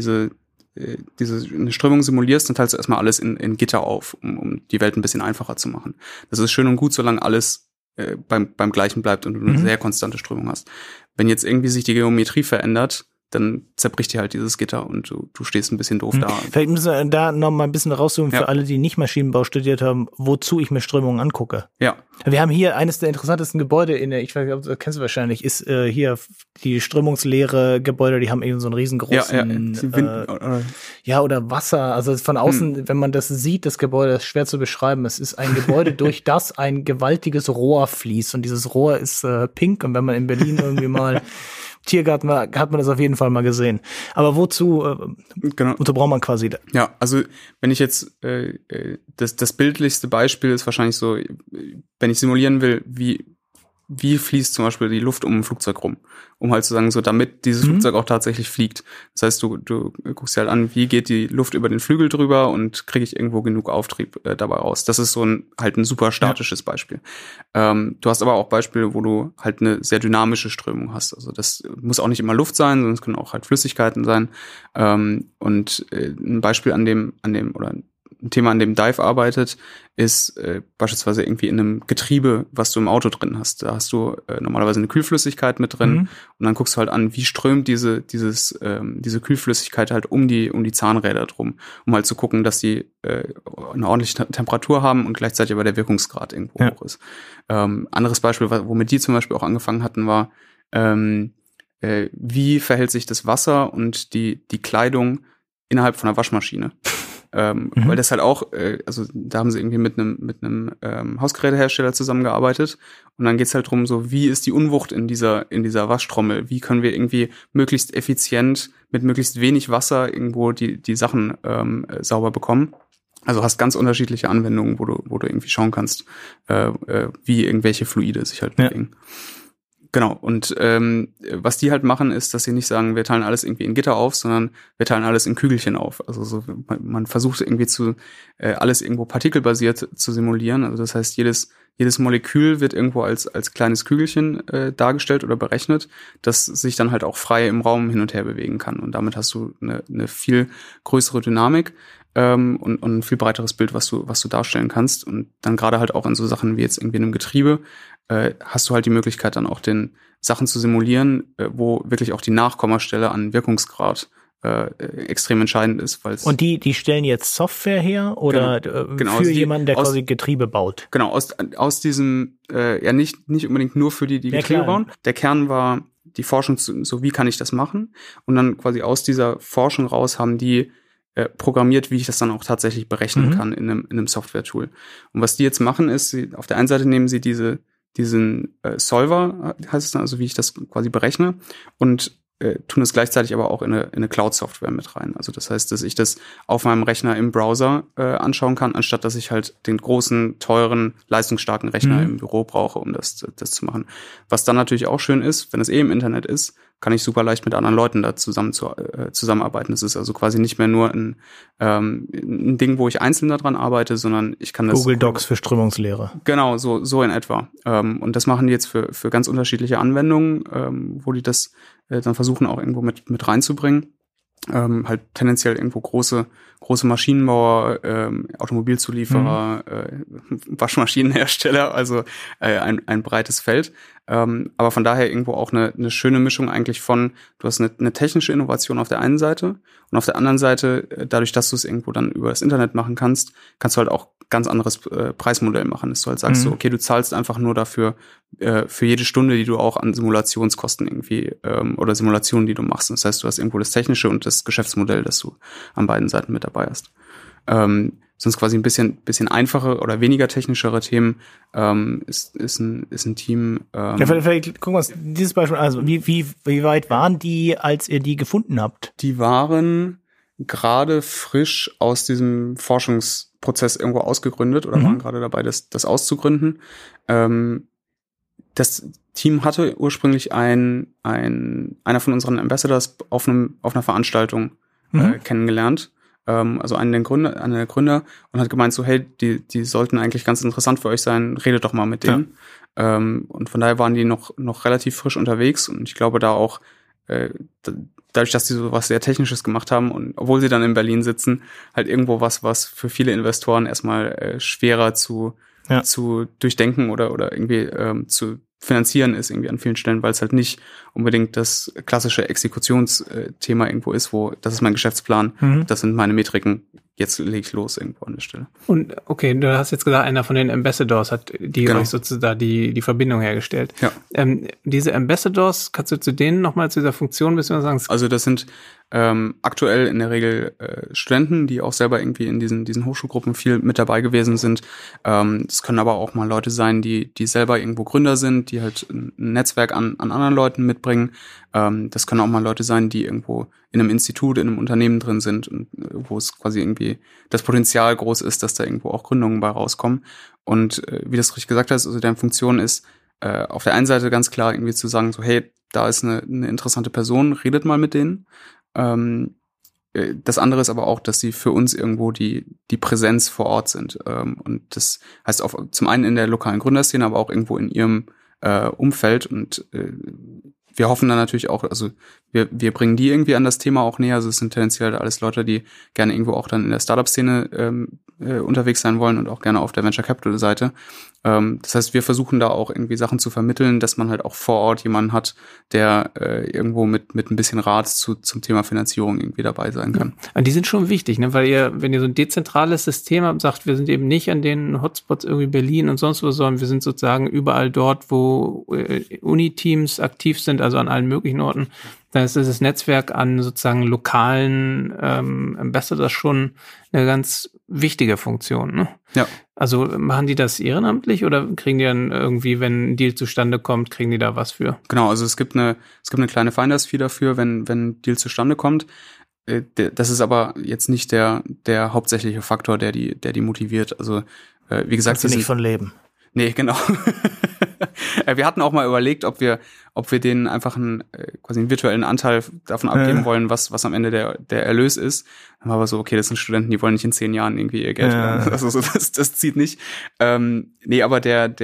eine Strömung simulierst, dann teilst du erstmal alles in Gitter auf, um die Welt ein bisschen einfacher zu machen. Das ist schön und gut, solange alles beim Gleichen bleibt und du eine sehr konstante Strömung hast. Wenn jetzt irgendwie sich die Geometrie verändert, dann zerbricht dir halt dieses Gitter und du stehst ein bisschen doof da. Vielleicht müssen wir da noch mal ein bisschen raussuchen für alle, die nicht Maschinenbau studiert haben, wozu ich mir Strömungen angucke. Ja. Wir haben hier eines der interessantesten Gebäude ich weiß nicht, das kennst du wahrscheinlich, ist hier die strömungslehre Gebäude, die haben eben so einen riesengroßen oder Wasser. Also von außen, wenn man das sieht, das Gebäude ist schwer zu beschreiben. Es ist ein Gebäude, durch das ein gewaltiges Rohr fließt und dieses Rohr ist pink und wenn man in Berlin irgendwie mal Tiergarten war, hat man das auf jeden Fall mal gesehen. Aber wozu braucht man quasi da? Ja, also wenn ich jetzt das bildlichste Beispiel ist wahrscheinlich so, wenn ich simulieren will, wie fließt zum Beispiel die Luft um ein Flugzeug rum, um halt zu sagen, so damit dieses Flugzeug auch tatsächlich fliegt. Das heißt, du guckst dir halt an, wie geht die Luft über den Flügel drüber und kriege ich irgendwo genug Auftrieb dabei raus. Das ist so ein super statisches Beispiel. Du hast aber auch Beispiele, wo du halt eine sehr dynamische Strömung hast. Also das muss auch nicht immer Luft sein, sondern es können auch halt Flüssigkeiten sein. Und ein Beispiel an dem oder ein Thema, an dem Dive arbeitet, ist beispielsweise irgendwie in einem Getriebe, was du im Auto drin hast. Da hast du normalerweise eine Kühlflüssigkeit mit drin und dann guckst du halt an, wie strömt diese Kühlflüssigkeit halt um die Zahnräder drum, um halt zu gucken, dass die eine ordentliche Temperatur haben und gleichzeitig aber der Wirkungsgrad irgendwo hoch ist. Anderes Beispiel, womit die zum Beispiel auch angefangen hatten, war wie verhält sich das Wasser und die Kleidung innerhalb von einer Waschmaschine. Weil das halt auch, also da haben sie irgendwie mit einem Hausgerätehersteller zusammengearbeitet und dann geht's halt drum, so wie ist die Unwucht in dieser Waschtrommel, wie können wir irgendwie möglichst effizient mit möglichst wenig Wasser irgendwo die Sachen sauber bekommen. Also hast ganz unterschiedliche Anwendungen, wo du irgendwie schauen kannst, wie irgendwelche Fluide sich halt bewegen. Genau, und was die halt machen, ist, dass sie nicht sagen, wir teilen alles irgendwie in Gitter auf, sondern wir teilen alles in Kügelchen auf. Also so, man versucht irgendwie alles irgendwo partikelbasiert zu simulieren. Also das heißt, jedes Molekül wird irgendwo als kleines Kügelchen dargestellt oder berechnet, das sich dann halt auch frei im Raum hin und her bewegen kann. Und damit hast du eine viel größere Dynamik und ein viel breiteres Bild, was du darstellen kannst. Und dann gerade halt auch in so Sachen wie jetzt irgendwie in einem Getriebe hast du halt die Möglichkeit dann auch den Sachen zu simulieren, wo wirklich auch die Nachkommastelle an Wirkungsgrad extrem entscheidend ist. Und die stellen jetzt Software her oder genau, für jemanden, der quasi Getriebe baut? Genau, aus diesem, nicht unbedingt nur für die Getriebe bauen. Der Kern war die Forschung so wie kann ich das machen? Und dann quasi aus dieser Forschung raus haben die programmiert, wie ich das dann auch tatsächlich berechnen kann in einem Software-Tool. Und was die jetzt machen ist, auf der einen Seite nehmen sie diesen Solver, heißt es dann, also wie ich das quasi berechne, und tun es gleichzeitig aber auch in eine Cloud-Software mit rein. Also das heißt, dass ich das auf meinem Rechner im Browser anschauen kann, anstatt dass ich halt den großen, teuren, leistungsstarken Rechner im Büro brauche, um das zu machen. Was dann natürlich auch schön ist, wenn es im Internet ist, kann ich super leicht mit anderen Leuten da zusammenarbeiten. Das ist also quasi nicht mehr nur ein Ding, wo ich einzeln daran arbeite, sondern ich kann das... Google Docs für Strömungslehre. Genau, so in etwa. Und das machen die jetzt für ganz unterschiedliche Anwendungen, wo die das dann versuchen auch irgendwo mit reinzubringen. Halt tendenziell irgendwo große Maschinenbauer, Automobilzulieferer, Waschmaschinenhersteller, also ein breites Feld. Aber von daher irgendwo auch eine schöne Mischung eigentlich von, du hast eine technische Innovation auf der einen Seite und auf der anderen Seite, dadurch, dass du es irgendwo dann über das Internet machen kannst du halt auch ganz anderes Preismodell machen. Dass du halt sagst, so, okay, du zahlst einfach nur dafür für jede Stunde, die du auch an Simulationskosten irgendwie oder Simulationen, die du machst. Das heißt, du hast irgendwo das Technische und das Geschäftsmodell, das du an beiden Seiten mit dabei hast. Sonst quasi ein bisschen einfache oder weniger technischere Themen ist ein Team. Ja, vielleicht gucken wir uns dieses Beispiel an. Also wie weit waren die, als ihr die gefunden habt? Die waren gerade frisch aus diesem Forschungsprozess irgendwo ausgegründet oder waren gerade dabei, das auszugründen. Das Team hatte ursprünglich einer von unseren Ambassadors auf einer Veranstaltung kennengelernt. Also einer der Gründer, und hat gemeint so, hey, die sollten eigentlich ganz interessant für euch sein, redet doch mal mit denen. Ja. Und von daher waren die noch relativ frisch unterwegs, und ich glaube da auch, dadurch, dass die so was sehr Technisches gemacht haben und obwohl sie dann in Berlin sitzen, halt irgendwo was für viele Investoren erstmal schwerer zu durchdenken oder irgendwie zu finanzieren ist irgendwie an vielen Stellen, weil es halt nicht unbedingt das klassische Exekutionsthema irgendwo ist, wo das ist mein Geschäftsplan, das sind meine Metriken, jetzt lege ich los irgendwo an der Stelle. Und okay, du hast jetzt gesagt, einer von den Ambassadors hat euch sozusagen die Verbindung hergestellt. Ja. Diese Ambassadors, kannst du zu denen nochmal zu dieser Funktion ein bisschen sagen? Also das sind aktuell in der Regel Studenten, die auch selber irgendwie in diesen Hochschulgruppen viel mit dabei gewesen sind. Das können aber auch mal Leute sein, die selber irgendwo Gründer sind, die halt ein Netzwerk an anderen Leuten mitbringen. Das können auch mal Leute sein, die irgendwo in einem Institut, in einem Unternehmen drin sind und wo es quasi irgendwie das Potenzial groß ist, dass da irgendwo auch Gründungen bei rauskommen. Und wie das richtig gesagt hast, also deren Funktion ist, auf der einen Seite ganz klar irgendwie zu sagen, so hey, da ist eine interessante Person, redet mal mit denen. Das andere ist aber auch, dass sie für uns irgendwo die Präsenz vor Ort sind. Und das heißt zum einen in der lokalen Gründerszene, aber auch irgendwo in ihrem Umfeld. Und wir hoffen dann natürlich auch, also wir bringen die irgendwie an das Thema auch näher. Also es sind tendenziell alles Leute, die gerne irgendwo auch dann in der Startup-Szene unterwegs sein wollen und auch gerne auf der Venture Capital Seite. Das heißt, wir versuchen da auch irgendwie Sachen zu vermitteln, dass man halt auch vor Ort jemanden hat, der irgendwo mit ein bisschen Rat zum Thema Finanzierung irgendwie dabei sein kann. Und die sind schon wichtig, ne? Weil wenn ihr so ein dezentrales System habt, sagt, wir sind eben nicht an den Hotspots irgendwie Berlin und sonst wo, sondern wir sind sozusagen überall dort, wo Uni-Teams aktiv sind, also an allen möglichen Orten. Da ist das Netzwerk an sozusagen lokalen Ambassadors schon eine ganz wichtige Funktion, ne? Ja. Also machen die das ehrenamtlich oder kriegen die dann irgendwie, wenn ein Deal zustande kommt, kriegen die da was für? Genau, also es gibt eine kleine Finders-Fee dafür, wenn ein Deal zustande kommt. Das ist aber jetzt nicht der hauptsächliche Faktor, der die motiviert. Also wie gesagt, sie nicht von leben. Nee, genau. Wir hatten auch mal überlegt, ob wir denen einfach quasi einen virtuellen Anteil davon abgeben wollen, was am Ende der Erlös ist. Dann war aber so, okay, das sind Studenten, die wollen nicht in 10 Jahren irgendwie ihr Geld haben. Also so, das zieht nicht. Nee, aber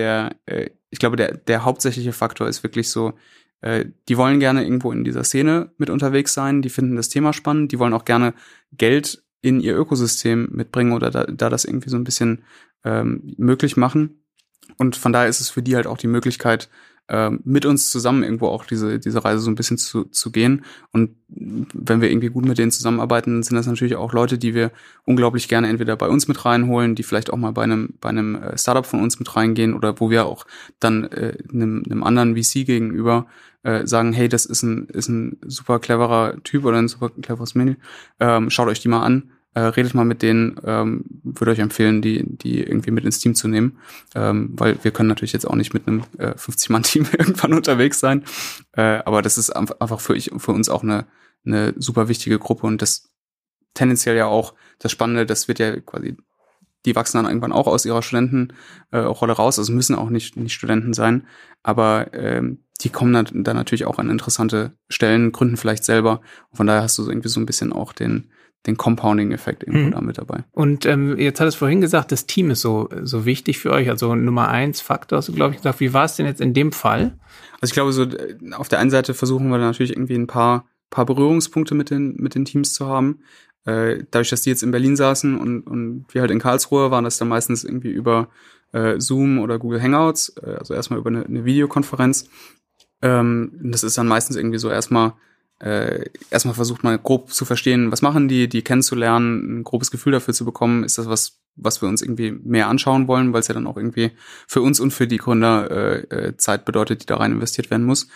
ich glaube, der hauptsächliche Faktor ist wirklich so, die wollen gerne irgendwo in dieser Szene mit unterwegs sein, die finden das Thema spannend, die wollen auch gerne Geld in ihr Ökosystem mitbringen oder da das irgendwie so ein bisschen möglich machen. Und von daher ist es für die halt auch die Möglichkeit, mit uns zusammen irgendwo auch diese Reise so ein bisschen zu gehen. Und wenn wir irgendwie gut mit denen zusammenarbeiten, sind das natürlich auch Leute, die wir unglaublich gerne entweder bei uns mit reinholen, die vielleicht auch mal bei einem Startup von uns mit reingehen oder wo wir auch dann einem anderen VC gegenüber sagen, hey, das ist ein super cleverer Typ oder ein super cleveres Menü, schaut euch die mal an. Redet mal mit denen, würde euch empfehlen, die irgendwie mit ins Team zu nehmen, weil wir können natürlich jetzt auch nicht mit einem 50-Mann-Team irgendwann unterwegs sein, aber das ist einfach für uns auch eine super wichtige Gruppe und das tendenziell ja auch das Spannende, das wird ja quasi, die wachsen dann irgendwann auch aus ihrer Studentenrolle raus, also müssen auch nicht Studenten sein, aber die kommen dann natürlich auch an interessante Stellen, gründen vielleicht selber und von daher hast du so irgendwie so ein bisschen auch den Compounding-Effekt irgendwo da mit dabei. Und jetzt hat es vorhin gesagt, das Team ist so wichtig für euch, also Nummer 1 Faktor, hast du, glaube ich, gesagt. Wie war es denn jetzt in dem Fall? Also ich glaube, so auf der einen Seite versuchen wir natürlich irgendwie ein paar Berührungspunkte mit den Teams zu haben. Dadurch, dass die jetzt in Berlin saßen und wir halt in Karlsruhe, waren das dann meistens irgendwie über Zoom oder Google Hangouts, also erstmal über eine Videokonferenz. Das ist dann meistens irgendwie so erstmal versucht man grob zu verstehen, was machen die kennenzulernen, ein grobes Gefühl dafür zu bekommen, ist das was wir uns irgendwie mehr anschauen wollen, weil es ja dann auch irgendwie für uns und für die Gründer Zeit bedeutet, die da rein investiert werden muss.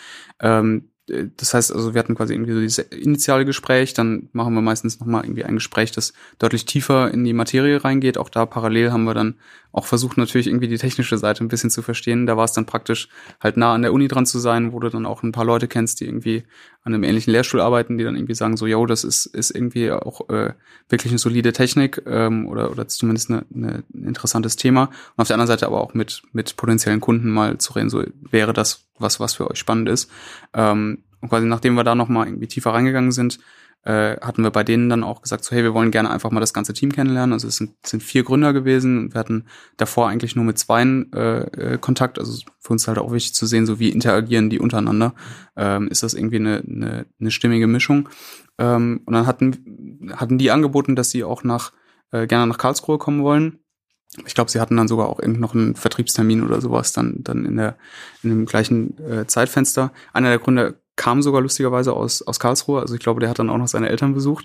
Das heißt, also wir hatten quasi irgendwie so dieses initiale Gespräch, dann machen wir meistens nochmal irgendwie ein Gespräch, das deutlich tiefer in die Materie reingeht. Auch da parallel haben wir dann auch versucht, natürlich irgendwie die technische Seite ein bisschen zu verstehen. Da war es dann praktisch halt nah an der Uni dran zu sein, wo du dann auch ein paar Leute kennst, die irgendwie an einem ähnlichen Lehrstuhl arbeiten, die dann irgendwie sagen so, yo, das ist irgendwie auch wirklich eine solide Technik oder zumindest ein interessantes Thema. Und auf der anderen Seite aber auch mit potenziellen Kunden mal zu reden, so wäre das was für euch spannend ist. Und quasi nachdem wir da nochmal irgendwie tiefer reingegangen sind, hatten wir bei denen dann auch gesagt, so hey, wir wollen gerne einfach mal das ganze Team kennenlernen. Also es sind 4 Gründer gewesen und wir hatten davor eigentlich nur mit 2 Kontakt. Also für uns halt auch wichtig zu sehen, so wie interagieren die untereinander. Ist das irgendwie eine stimmige Mischung? Und dann hatten die angeboten, dass sie auch gerne nach Karlsruhe kommen wollen. Ich glaube, sie hatten dann sogar auch noch einen Vertriebstermin oder sowas dann in dem gleichen Zeitfenster. Einer der Gründer kam sogar lustigerweise aus Karlsruhe, also ich glaube, der hat dann auch noch seine Eltern besucht.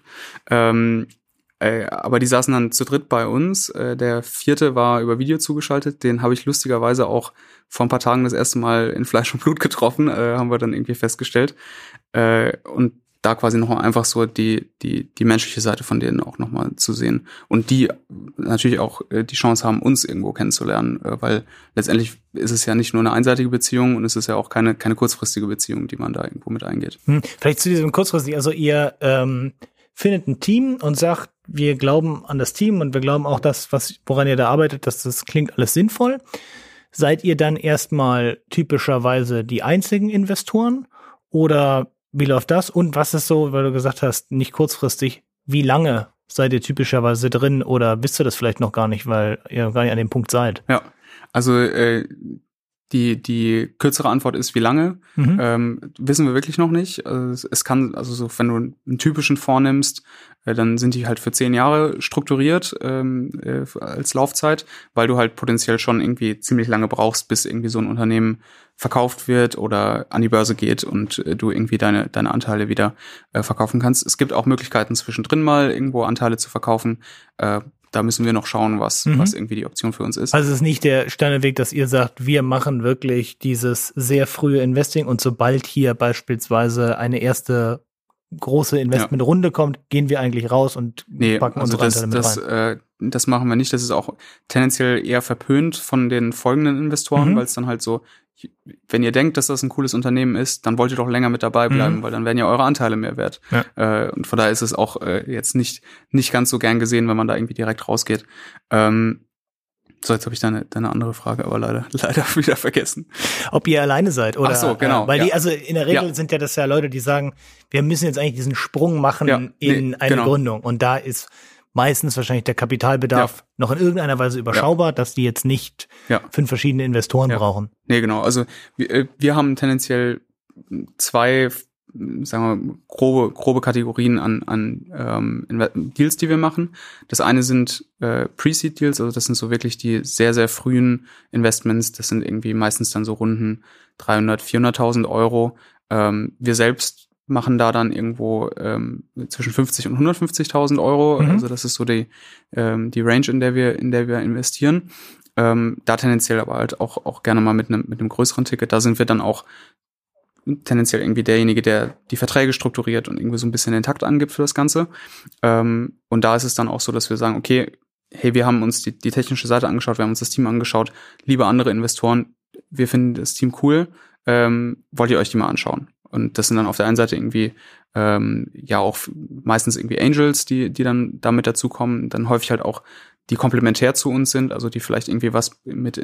Aber die saßen dann zu dritt bei uns. Der 4. war über Video zugeschaltet, den habe ich lustigerweise auch vor ein paar Tagen das erste Mal in Fleisch und Blut getroffen, haben wir dann irgendwie festgestellt. Und da quasi nochmal einfach so die menschliche Seite von denen auch nochmal zu sehen. Und die natürlich auch die Chance haben, uns irgendwo kennenzulernen, weil letztendlich ist es ja nicht nur eine einseitige Beziehung und es ist ja auch keine kurzfristige Beziehung, die man da irgendwo mit eingeht. Vielleicht zu diesem kurzfristig, also ihr findet ein Team und sagt, wir glauben an das Team und wir glauben auch das, woran ihr da arbeitet, dass das klingt alles sinnvoll. Seid ihr dann erstmal typischerweise die einzigen Investoren oder wie läuft das? Und was ist so, weil du gesagt hast, nicht kurzfristig, wie lange seid ihr typischerweise drin oder wisst ihr das vielleicht noch gar nicht, weil ihr gar nicht an dem Punkt seid? Ja, also Die kürzere Antwort ist, wie lange? Wissen wir wirklich noch nicht. Also es kann, also so, wenn du einen typischen Fonds nimmst, dann sind die halt für 10 Jahre strukturiert als Laufzeit, weil du halt potenziell schon irgendwie ziemlich lange brauchst, bis irgendwie so ein Unternehmen verkauft wird oder an die Börse geht und du irgendwie deine Anteile wieder verkaufen kannst. Es gibt auch Möglichkeiten, zwischendrin mal irgendwo Anteile zu verkaufen. Da müssen wir noch schauen, was irgendwie die Option für uns ist. Also es ist nicht der Standardweg, dass ihr sagt, wir machen wirklich dieses sehr frühe Investing und sobald hier beispielsweise eine erste große Investmentrunde kommt, gehen wir eigentlich raus und packen unsere Anteile mit rein. Das machen wir nicht. Das ist auch tendenziell eher verpönt von den folgenden Investoren, weil es dann halt so, wenn ihr denkt, dass das ein cooles Unternehmen ist, dann wollt ihr doch länger mit dabei bleiben, weil dann werden ja eure Anteile mehr wert. Ja. Und von daher ist es auch jetzt nicht ganz so gern gesehen, wenn man da irgendwie direkt rausgeht. So, jetzt habe ich deine andere Frage aber leider wieder vergessen. Ob ihr alleine seid oder? Ach so, genau. Weil die, also in der Regel sind ja das ja Leute, die sagen, wir müssen jetzt eigentlich diesen Sprung machen in eine Gründung. Und da ist meistens wahrscheinlich der Kapitalbedarf noch in irgendeiner Weise überschaubar, dass die jetzt nicht 5 verschiedene Investoren brauchen. Nee, genau. Also wir haben tendenziell 2, sagen wir, grobe Kategorien an Deals, die wir machen. Das eine sind Pre-Seed-Deals, also das sind so wirklich die sehr, sehr frühen Investments. Das sind irgendwie meistens dann so Runden 300.000, 400.000 Euro. Wir selbst machen da dann irgendwo zwischen 50 und 150.000 Euro. Also das ist so die Range, in der wir investieren. Da tendenziell aber halt auch gerne mal mit einem größeren Ticket. Da sind wir dann auch tendenziell irgendwie derjenige, der die Verträge strukturiert und irgendwie so ein bisschen den Takt angibt für das Ganze. Und da ist es dann auch so, dass wir sagen, okay, hey, wir haben uns die technische Seite angeschaut, wir haben uns das Team angeschaut, liebe andere Investoren, wir finden das Team cool, wollt ihr euch die mal anschauen? Und das sind dann auf der einen Seite irgendwie auch meistens irgendwie Angels, die dann damit dazukommen, dann häufig halt auch die komplementär zu uns sind, also die vielleicht irgendwie was mit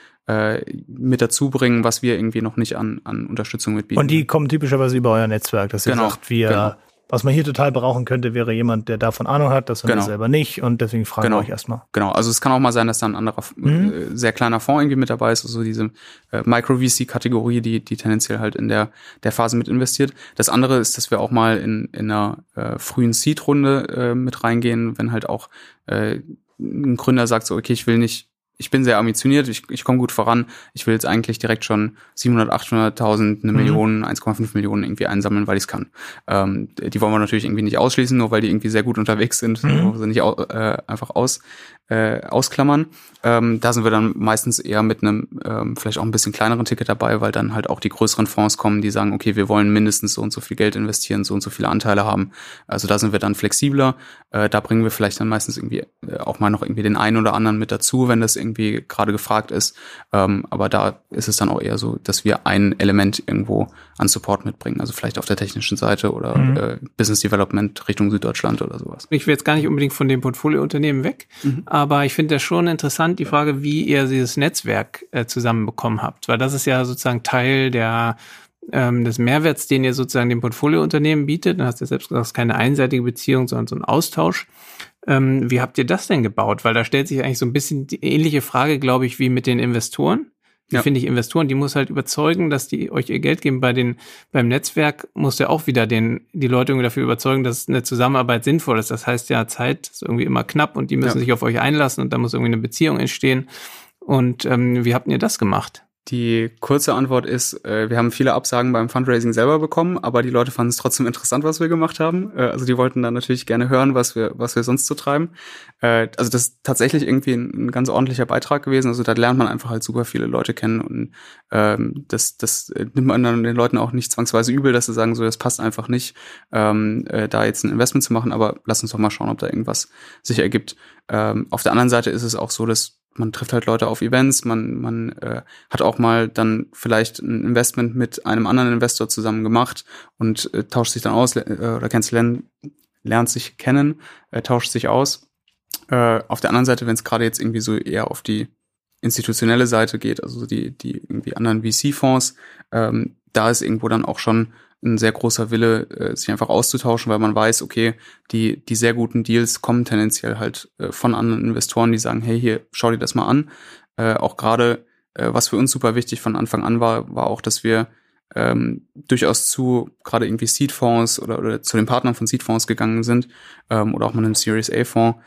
dazu bringen, was wir irgendwie noch nicht an Unterstützung mitbieten. Und die kommen typischerweise über euer Netzwerk, dass ihr sagt, was man hier total brauchen könnte, wäre jemand, der davon Ahnung hat, das haben wir selber nicht und deswegen fragen wir euch erstmal. Genau, also es kann auch mal sein, dass da ein anderer, sehr kleiner Fonds irgendwie mit dabei ist, also diese Micro-VC-Kategorie, die tendenziell halt in der Phase mit investiert. Das andere ist, dass wir auch mal in einer frühen Seed-Runde mit reingehen, wenn halt auch ein Gründer sagt so, okay, ich bin sehr ambitioniert, ich komme gut voran, ich will jetzt eigentlich direkt schon 700.000, 800.000, 1 Million, 1,5 Millionen irgendwie einsammeln, weil ich es kann. Die wollen wir natürlich irgendwie nicht ausschließen, nur weil die irgendwie sehr gut unterwegs sind, wollen sie nicht einfach ausklammern. Da sind wir dann meistens eher mit einem vielleicht auch ein bisschen kleineren Ticket dabei, weil dann halt auch die größeren Fonds kommen, die sagen, okay, wir wollen mindestens so und so viel Geld investieren, so und so viele Anteile haben. Also da sind wir dann flexibler. Da bringen wir vielleicht dann meistens irgendwie auch mal noch irgendwie den einen oder anderen mit dazu, wenn das irgendwie gerade gefragt ist. Aber da ist es dann auch eher so, dass wir ein Element irgendwo an Support mitbringen. Also vielleicht auf der technischen Seite oder Business Development Richtung Süddeutschland oder sowas. Ich will jetzt gar nicht unbedingt von den Portfoliounternehmen weg, aber ich finde das schon interessant, die Frage, wie ihr dieses Netzwerk zusammenbekommen habt. Weil das ist ja sozusagen Teil des Mehrwerts, den ihr sozusagen dem Portfoliounternehmen bietet. Dann hast du ja selbst gesagt, es ist keine einseitige Beziehung, sondern so ein Austausch. Wie habt ihr das denn gebaut? Weil da stellt sich eigentlich so ein bisschen die ähnliche Frage, glaube ich, wie mit den Investoren. Wie finde ich Investoren? Die muss halt überzeugen, dass die euch ihr Geld geben. Beim Netzwerk muss ja auch wieder die Leute irgendwie dafür überzeugen, dass eine Zusammenarbeit sinnvoll ist. Das heißt ja, Zeit ist irgendwie immer knapp und die müssen sich auf euch einlassen und da muss irgendwie eine Beziehung entstehen. Und wie habt ihr das gemacht? Die kurze Antwort ist, wir haben viele Absagen beim Fundraising selber bekommen, aber die Leute fanden es trotzdem interessant, was wir gemacht haben. Also die wollten dann natürlich gerne hören, was wir sonst so treiben. Also das ist tatsächlich irgendwie ein ganz ordentlicher Beitrag gewesen. Also da lernt man einfach halt super viele Leute kennen und das nimmt man dann den Leuten auch nicht zwangsweise übel, dass sie sagen, so das passt einfach nicht, da jetzt ein Investment zu machen, aber lass uns doch mal schauen, ob da irgendwas sich ergibt. Auf der anderen Seite ist es auch so, dass man trifft halt Leute auf Events, man hat auch mal dann vielleicht ein Investment mit einem anderen Investor zusammen gemacht und tauscht sich dann aus oder lernt sich kennen, tauscht sich aus. Auf der anderen Seite, wenn es gerade jetzt irgendwie so eher auf die institutionelle Seite geht, also die irgendwie anderen VC-Fonds, da ist irgendwo dann auch schon ein sehr großer Wille, sich einfach auszutauschen, weil man weiß, okay, die sehr guten Deals kommen tendenziell halt von anderen Investoren, die sagen, hey, hier, schau dir das mal an. Auch gerade was für uns super wichtig von Anfang an war auch, dass wir durchaus zu gerade irgendwie Seed-Fonds oder zu den Partnern von Seed-Fonds gegangen sind oder auch mal einem Series A-Fonds,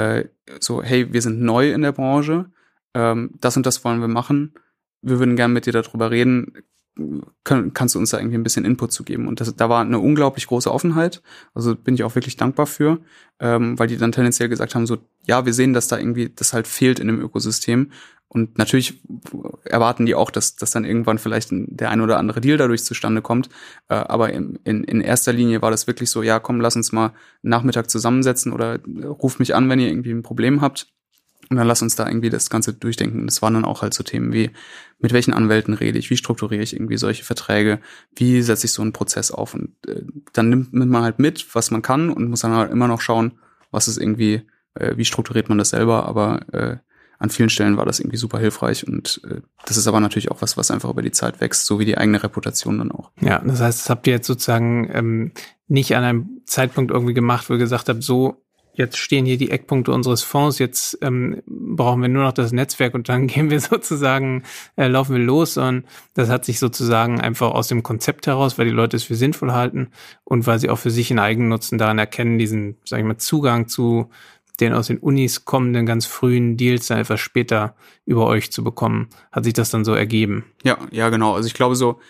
so, hey, wir sind neu in der Branche, das und das wollen wir machen, wir würden gerne mit dir darüber reden, kannst du uns da irgendwie ein bisschen Input zu geben? Und da war eine unglaublich große Offenheit, also bin ich auch wirklich dankbar für, weil die dann tendenziell gesagt haben, so, ja, wir sehen, dass da irgendwie das halt fehlt in dem Ökosystem. Und natürlich erwarten die auch, dass dann irgendwann vielleicht der ein oder andere Deal dadurch zustande kommt. Aber in erster Linie war das wirklich so, ja, komm, lass uns mal einen Nachmittag zusammensetzen oder ruft mich an, wenn ihr irgendwie ein Problem habt. Und dann lass uns da irgendwie das Ganze durchdenken. Und das waren dann auch halt so Themen wie, mit welchen Anwälten rede ich, wie strukturiere ich irgendwie solche Verträge, wie setze ich so einen Prozess auf. Und dann nimmt man halt mit, was man kann und muss dann halt immer noch schauen, was ist irgendwie, wie strukturiert man das selber. Aber an vielen Stellen war das irgendwie super hilfreich und das ist aber natürlich auch was einfach über die Zeit wächst, so wie die eigene Reputation dann auch. Ja, das heißt, das habt ihr jetzt sozusagen nicht an einem Zeitpunkt irgendwie gemacht, wo ihr gesagt habt, so, jetzt stehen hier die Eckpunkte unseres Fonds, jetzt brauchen wir nur noch das Netzwerk und dann gehen wir sozusagen, laufen wir los, und das hat sich sozusagen einfach aus dem Konzept heraus, weil die Leute es für sinnvoll halten und weil sie auch für sich einen Eigennutzen daran erkennen, diesen, sag ich mal, Zugang zu den aus den Unis kommenden ganz frühen Deals dann etwas später über euch zu bekommen. Hat sich das dann so ergeben? Ja, genau. Also ich glaube so,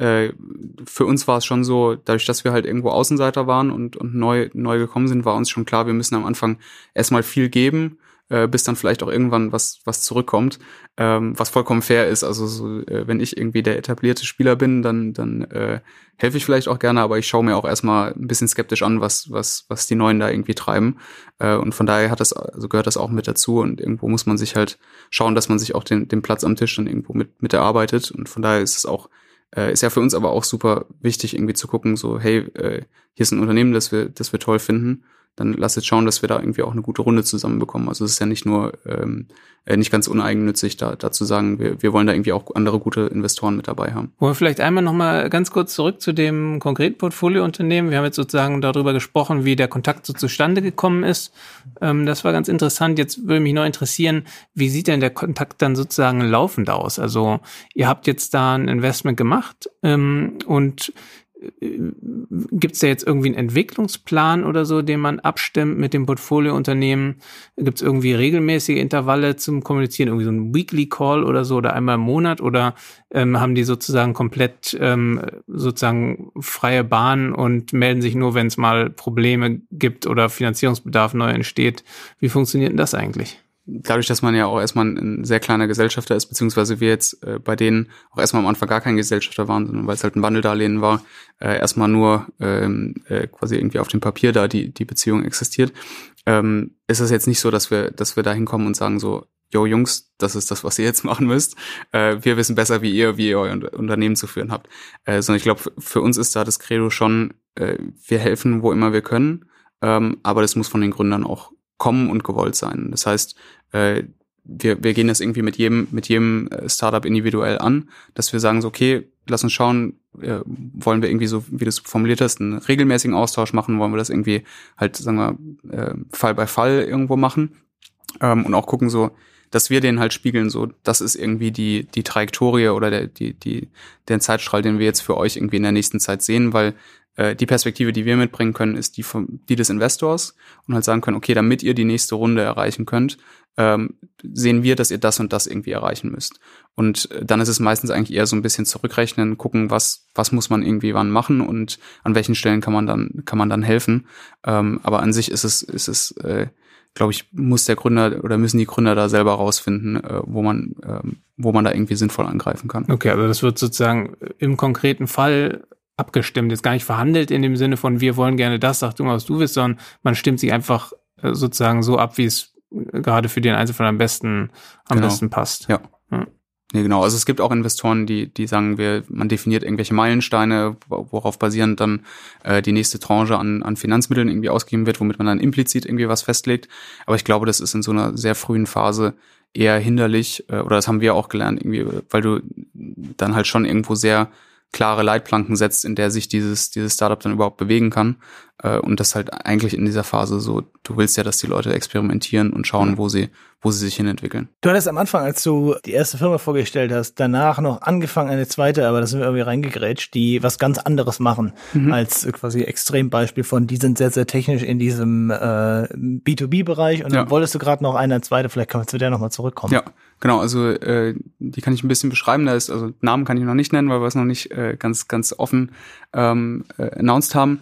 für uns war es schon so, dadurch, dass wir halt irgendwo Außenseiter waren und neu gekommen sind, war uns schon klar, wir müssen am Anfang erstmal viel geben, bis dann vielleicht auch irgendwann was zurückkommt, was vollkommen fair ist. Also so, wenn ich irgendwie der etablierte Spieler bin, dann helfe ich vielleicht auch gerne, aber ich schaue mir auch erstmal ein bisschen skeptisch an, was die Neuen da irgendwie treiben. Und von daher gehört das auch mit dazu, und irgendwo muss man sich halt schauen, dass man sich auch den Platz am Tisch dann irgendwo mit erarbeitet. Und von daher ist es auch, ist ja für uns aber auch super wichtig, irgendwie zu gucken, so, hey, hier ist ein Unternehmen, das wir toll finden, dann lass jetzt schauen, dass wir da irgendwie auch eine gute Runde zusammenbekommen. Also es ist ja nicht nur, nicht ganz uneigennützig, da zu sagen, wir wollen da irgendwie auch andere gute Investoren mit dabei haben. Wollen wir vielleicht einmal nochmal ganz kurz zurück zu dem konkreten Portfoliounternehmen. Wir haben jetzt sozusagen darüber gesprochen, wie der Kontakt so zustande gekommen ist. Das war ganz interessant. Jetzt würde mich noch interessieren, wie sieht denn der Kontakt dann sozusagen laufend aus? Also ihr habt jetzt da ein Investment gemacht und gibt es da jetzt irgendwie einen Entwicklungsplan oder so, den man abstimmt mit dem Portfoliounternehmen? Gibt es irgendwie regelmäßige Intervalle zum Kommunizieren, irgendwie so ein Weekly Call oder so oder einmal im Monat, oder haben die sozusagen komplett sozusagen freie Bahn und melden sich nur, wenn es mal Probleme gibt oder Finanzierungsbedarf neu entsteht? Wie funktioniert denn das eigentlich? Dadurch, dass man ja auch erstmal ein sehr kleiner Gesellschafter ist, beziehungsweise wir jetzt bei denen auch erstmal am Anfang gar kein Gesellschafter waren, sondern weil es halt ein Wandeldarlehen war, erstmal nur quasi irgendwie auf dem Papier da die Beziehung existiert, ist es jetzt nicht so, dass wir da hinkommen und sagen so, yo Jungs, das ist das, was ihr jetzt machen müsst. Wir wissen besser, wie ihr euer Unternehmen zu führen habt. Sondern ich glaube, für uns ist da das Credo schon, wir helfen, wo immer wir können, aber das muss von den Gründern auch kommen und gewollt sein. Das heißt, wir gehen das irgendwie mit jedem Startup individuell an, dass wir sagen so, okay, lass uns schauen, wollen wir irgendwie so, wie du es formuliert hast, einen regelmäßigen Austausch machen, wollen wir das irgendwie halt, sagen wir, Fall bei Fall irgendwo machen, und auch gucken so, dass wir denen halt spiegeln, so, das ist irgendwie die Trajektorie oder der Zeitstrahl, den wir jetzt für euch irgendwie in der nächsten Zeit sehen, weil die Perspektive, die wir mitbringen können, ist die des Investors, und halt sagen können, okay, damit ihr die nächste Runde erreichen könnt, sehen wir, dass ihr das und das irgendwie erreichen müsst. Und dann ist es meistens eigentlich eher so ein bisschen zurückrechnen, gucken, was muss man irgendwie wann machen und an welchen Stellen kann man dann helfen. Aber an sich ist es glaube ich, muss der Gründer oder müssen die Gründer da selber rausfinden, wo man da irgendwie sinnvoll angreifen kann. Okay, also das wird sozusagen im konkreten Fall abgestimmt, jetzt gar nicht verhandelt in dem Sinne von, wir wollen gerne das, sag du mal, was du willst, sondern man stimmt sich einfach sozusagen so ab, wie es gerade für den Einzelfall am besten passt. Ja. Nee, genau. Also es gibt auch Investoren, die sagen, man definiert irgendwelche Meilensteine, worauf basierend dann die nächste Tranche an Finanzmitteln irgendwie ausgegeben wird, womit man dann implizit irgendwie was festlegt. Aber ich glaube, das ist in so einer sehr frühen Phase eher hinderlich, oder das haben wir auch gelernt, irgendwie, weil du dann halt schon irgendwo sehr klare Leitplanken setzt, in der sich dieses Startup dann überhaupt bewegen kann. Und das halt eigentlich in dieser Phase so, du willst ja, dass die Leute experimentieren und schauen, wo sie sich hin entwickeln. Du hattest am Anfang, als du die erste Firma vorgestellt hast, danach noch angefangen eine zweite, aber da sind wir irgendwie reingegrätscht, die was ganz anderes machen als quasi Extrembeispiel von, die sind sehr, sehr technisch in diesem B2B-Bereich und dann wolltest du gerade noch eine zweite, vielleicht können wir zu der nochmal zurückkommen. Ja, genau, also die kann ich ein bisschen beschreiben, also Namen kann ich noch nicht nennen, weil wir es noch nicht ganz offen announced haben.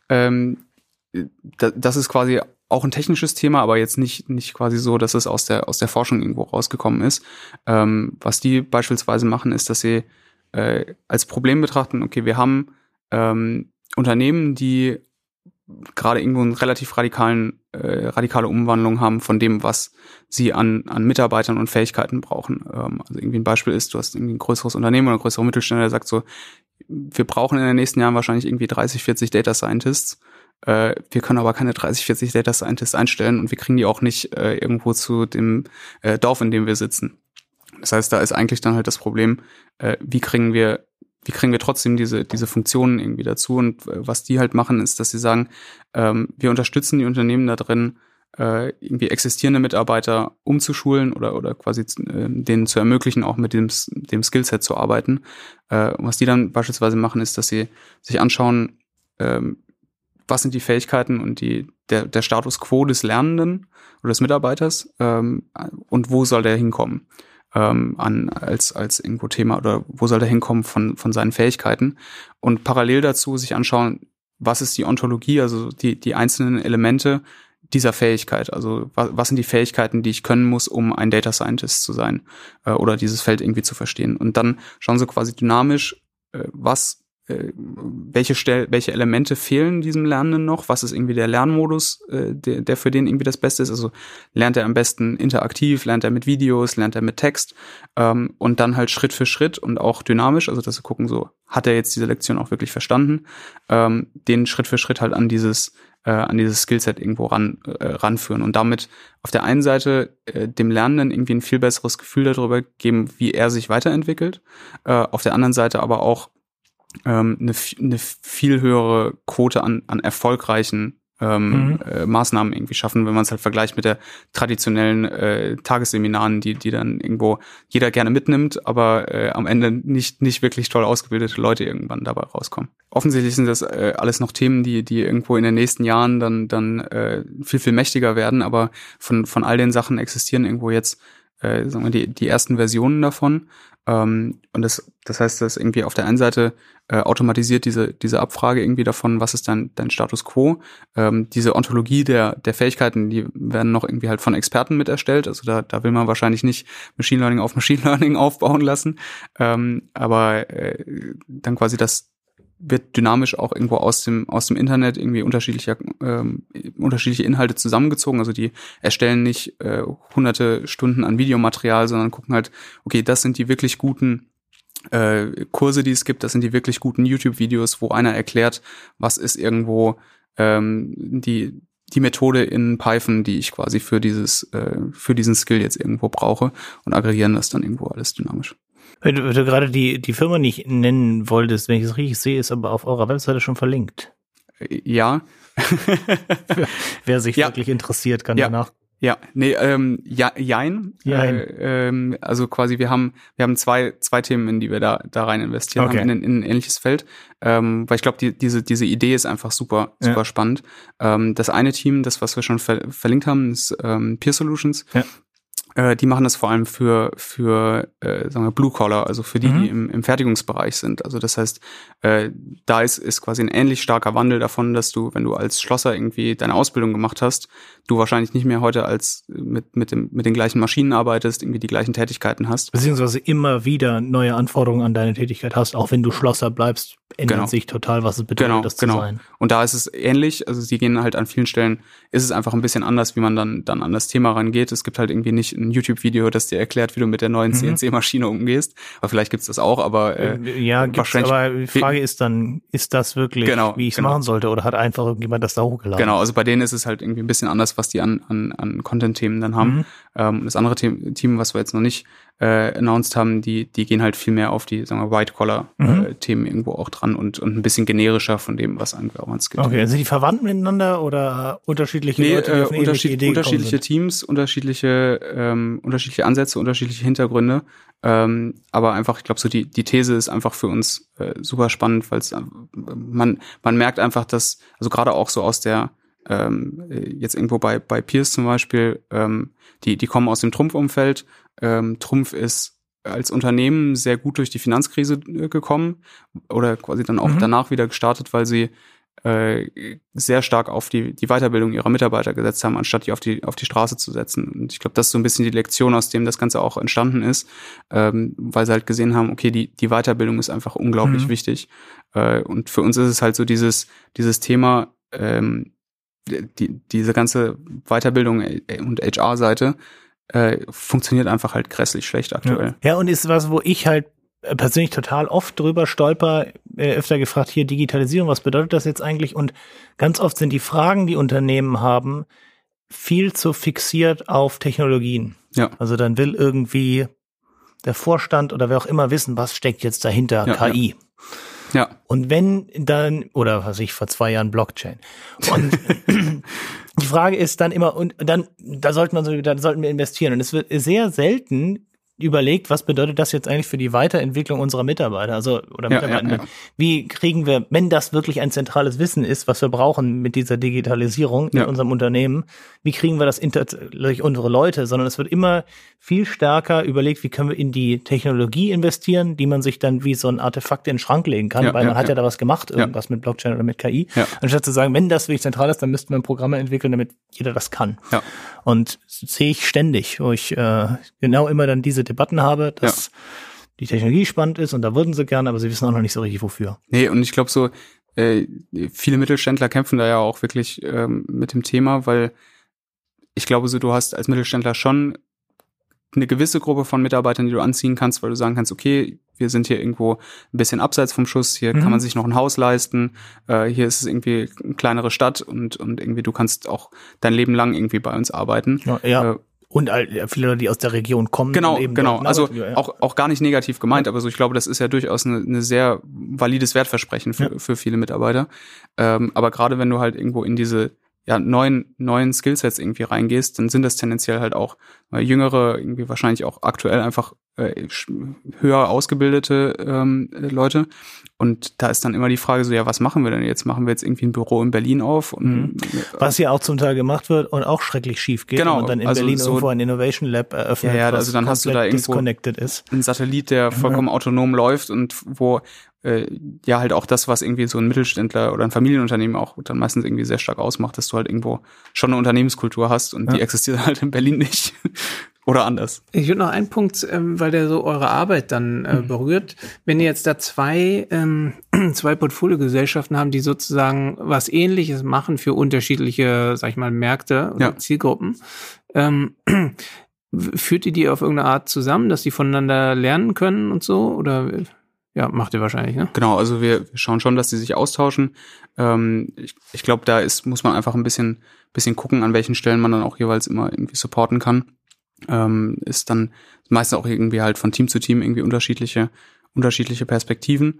Das ist quasi auch ein technisches Thema, aber jetzt nicht quasi so, dass es aus der Forschung irgendwo rausgekommen ist. Was die beispielsweise machen, ist, dass sie als Problem betrachten, okay, wir haben Unternehmen, die gerade irgendwo eine relativ radikale Umwandlung haben von dem, was sie an Mitarbeitern und Fähigkeiten brauchen. Also irgendwie ein Beispiel ist, du hast irgendwie ein größeres Unternehmen oder ein größerer Mittelständler, der sagt so, wir brauchen in den nächsten Jahren wahrscheinlich irgendwie 30, 40 Data Scientists. Wir können aber keine 30, 40 Data Scientists einstellen und wir kriegen die auch nicht irgendwo zu dem Dorf, in dem wir sitzen. Das heißt, da ist eigentlich dann halt das Problem, wie kriegen wir trotzdem diese Funktionen irgendwie dazu? Und was die halt machen, ist, dass sie sagen, wir unterstützen die Unternehmen da drin, irgendwie existierende Mitarbeiter umzuschulen oder quasi denen zu ermöglichen, auch mit dem Skillset zu arbeiten. Was die dann beispielsweise machen, ist, dass sie sich anschauen, was sind die Fähigkeiten und der Status quo des Lernenden oder des Mitarbeiters und wo soll der hinkommen als irgendwo Thema oder wo soll der hinkommen von seinen Fähigkeiten und parallel dazu sich anschauen, was ist die Ontologie, also die einzelnen Elemente dieser Fähigkeit, also was sind die Fähigkeiten, die ich können muss, um ein Data Scientist zu sein oder dieses Feld irgendwie zu verstehen. Und dann schauen sie quasi dynamisch, welche Elemente fehlen diesem Lernenden noch, was ist irgendwie der Lernmodus, der für den irgendwie das Beste ist, also lernt er am besten interaktiv, lernt er mit Videos, lernt er mit Text und dann halt Schritt für Schritt und auch dynamisch, also dass wir gucken, so hat er jetzt diese Lektion auch wirklich verstanden, den Schritt für Schritt halt an dieses Skillset irgendwo ranführen und damit auf der einen Seite dem Lernenden irgendwie ein viel besseres Gefühl darüber geben, wie er sich weiterentwickelt, auf der anderen Seite aber auch eine viel höhere Quote an erfolgreichen Maßnahmen irgendwie schaffen, wenn man es halt vergleicht mit der traditionellen Tagesseminaren, die dann irgendwo jeder gerne mitnimmt, aber am Ende nicht wirklich toll ausgebildete Leute irgendwann dabei rauskommen. Offensichtlich sind das alles noch Themen, die irgendwo in den nächsten Jahren dann viel mächtiger werden, aber von all den Sachen existieren irgendwo jetzt sagen wir die ersten Versionen davon. Und das heißt, dass irgendwie auf der einen Seite automatisiert diese Abfrage irgendwie davon, was ist dein Status quo. Diese Ontologie der Fähigkeiten, die werden noch irgendwie halt von Experten mit erstellt. Also da will man wahrscheinlich nicht Machine Learning auf Machine Learning aufbauen lassen. Aber dann quasi das wird dynamisch auch irgendwo aus dem Internet irgendwie unterschiedliche Inhalte zusammengezogen. Also die erstellen nicht hunderte Stunden an Videomaterial, sondern gucken halt, okay, das sind die wirklich guten Kurse, die es gibt, das sind die wirklich guten YouTube-Videos, wo einer erklärt, was ist irgendwo die Methode in Python, die ich quasi für diesen Skill jetzt irgendwo brauche und aggregieren das dann irgendwo alles dynamisch. Wenn du gerade die Firma nicht nennen wolltest, wenn ich es richtig sehe, ist aber auf eurer Webseite schon verlinkt. Ja. Wer sich wirklich interessiert, kann danach. Ja, nee, jein. Also quasi wir haben zwei Themen, in die wir da rein investieren haben, in ein ähnliches Feld. Weil ich glaube, diese Idee ist einfach super spannend. Das eine Team, das was wir schon verlinkt haben, ist Peer Solutions. Ja. Die machen das vor allem für sagen wir Blue Collar, also für die im Fertigungsbereich sind. Also das heißt, da ist quasi ein ähnlich starker Wandel davon, dass du, wenn du als Schlosser irgendwie deine Ausbildung gemacht hast, du wahrscheinlich nicht mehr heute als mit den gleichen Maschinen arbeitest, irgendwie die gleichen Tätigkeiten hast. Beziehungsweise immer wieder neue Anforderungen an deine Tätigkeit hast, auch wenn du Schlosser bleibst, ändert sich total, was es bedeutet, das zu sein. Und da ist es ähnlich, also sie gehen halt an vielen Stellen, ist es einfach ein bisschen anders, wie man dann an das Thema rangeht. Es gibt halt irgendwie nicht ein YouTube-Video, das dir erklärt, wie du mit der neuen CNC-Maschine umgehst. Aber vielleicht gibt's das auch, aber ja, gibt's, aber die Frage ist dann, ist das wirklich, wie ich es machen sollte, oder hat einfach irgendjemand das da hochgeladen? Genau, also bei denen ist es halt irgendwie ein bisschen anders, was die an Content-Themen dann haben. Das andere Team, was wir jetzt noch nicht announced haben, die gehen halt viel mehr auf die, sagen wir, White-Collar-Themen irgendwo auch dran und ein bisschen generischer von dem, was irgendwie auch an Skill. Okay, sind die verwandt miteinander oder unterschiedliche Leute, die auf eine ähnliche Idee unterschiedliche Teams, unterschiedliche Ansätze, unterschiedliche Hintergründe. Aber einfach, ich glaube, so die These ist einfach für uns super spannend, weil man merkt einfach, dass, also gerade auch so aus der jetzt irgendwo bei Peers zum Beispiel, die kommen aus dem Trumpf-Umfeld. Trumpf ist als Unternehmen sehr gut durch die Finanzkrise gekommen oder quasi dann auch danach wieder gestartet, weil sie sehr stark auf die Weiterbildung ihrer Mitarbeiter gesetzt haben, anstatt die auf die Straße zu setzen. Und ich glaube, das ist so ein bisschen die Lektion, aus dem das Ganze auch entstanden ist, weil sie halt gesehen haben, okay, die Weiterbildung ist einfach unglaublich wichtig. Und für uns ist es halt so dieses Thema, diese ganze Weiterbildung und HR-Seite funktioniert einfach halt grässlich schlecht aktuell. Ja, und ist was, wo ich halt persönlich total oft drüber stolper, öfter gefragt, hier Digitalisierung, was bedeutet das jetzt eigentlich? Und ganz oft sind die Fragen, die Unternehmen haben, viel zu fixiert auf Technologien. Ja. Also dann will irgendwie der Vorstand oder wer auch immer wissen, was steckt jetzt dahinter, KI. Ja. Und wenn dann, oder was ich vor 2 Jahren Blockchain. Und die Frage ist dann immer, und dann, da sollten wir investieren. Und es wird sehr selten überlegt, was bedeutet das jetzt eigentlich für die Weiterentwicklung unserer Mitarbeiter, oder Mitarbeitenden. Ja. Wie kriegen wir, wenn das wirklich ein zentrales Wissen ist, was wir brauchen mit dieser Digitalisierung in unserem Unternehmen, wie kriegen wir das durch unsere Leute, sondern es wird immer viel stärker überlegt, wie können wir in die Technologie investieren, die man sich dann wie so ein Artefakt in den Schrank legen kann, weil man hat ja da was gemacht, irgendwas mit Blockchain oder mit KI. Ja. Anstatt zu sagen, wenn das wirklich zentral ist, dann müssten wir Programme entwickeln, damit jeder das kann. Ja. Und sehe ich ständig, wo ich genau immer dann diese Debatten habe, dass die Technologie spannend ist und da würden sie gerne, aber sie wissen auch noch nicht so richtig, wofür. Nee, und ich glaube so, viele Mittelständler kämpfen da ja auch wirklich mit dem Thema, weil ich glaube so, du hast als Mittelständler schon eine gewisse Gruppe von Mitarbeitern, die du anziehen kannst, weil du sagen kannst, okay, wir sind hier irgendwo ein bisschen abseits vom Schuss, hier kann man sich noch ein Haus leisten, hier ist es irgendwie eine kleinere Stadt und irgendwie du kannst auch dein Leben lang irgendwie bei uns arbeiten. Ja. Und viele Leute, die aus der Region kommen. Genau. Also auch gar nicht negativ gemeint, aber so ich glaube, das ist ja durchaus eine sehr valides Wertversprechen für viele Mitarbeiter. Aber gerade wenn du halt irgendwo in diese neuen Skillsets irgendwie reingehst, dann sind das tendenziell halt auch jüngere, irgendwie wahrscheinlich auch aktuell einfach höher ausgebildete Leute. Und da ist dann immer die Frage so, was machen wir denn jetzt? Machen wir jetzt irgendwie ein Büro in Berlin auf? Und, was ja auch zum Teil gemacht wird und auch schrecklich schief geht. Genau. Und dann in Berlin so irgendwo ein Innovation Lab eröffnet, was also dann hast du da irgendwo ist. Ein Satellit, der vollkommen autonom läuft und wo halt auch das, was irgendwie so ein Mittelständler oder ein Familienunternehmen auch dann meistens irgendwie sehr stark ausmacht, dass du halt irgendwo schon eine Unternehmenskultur hast und die existiert halt in Berlin nicht. Oder anders. Ich würde noch einen Punkt, weil der so eure Arbeit dann berührt. Wenn ihr jetzt da zwei Portfoliogesellschaften haben, die sozusagen was Ähnliches machen für unterschiedliche, sag ich mal, Märkte oder Zielgruppen, führt ihr die auf irgendeine Art zusammen, dass die voneinander lernen können und so? Oder macht ihr wahrscheinlich, ne? Genau, also wir schauen schon, dass die sich austauschen. Ich glaube, muss man einfach ein bisschen gucken, an welchen Stellen man dann auch jeweils immer irgendwie supporten kann. Ist dann meistens auch irgendwie halt von Team zu Team irgendwie unterschiedliche Perspektiven.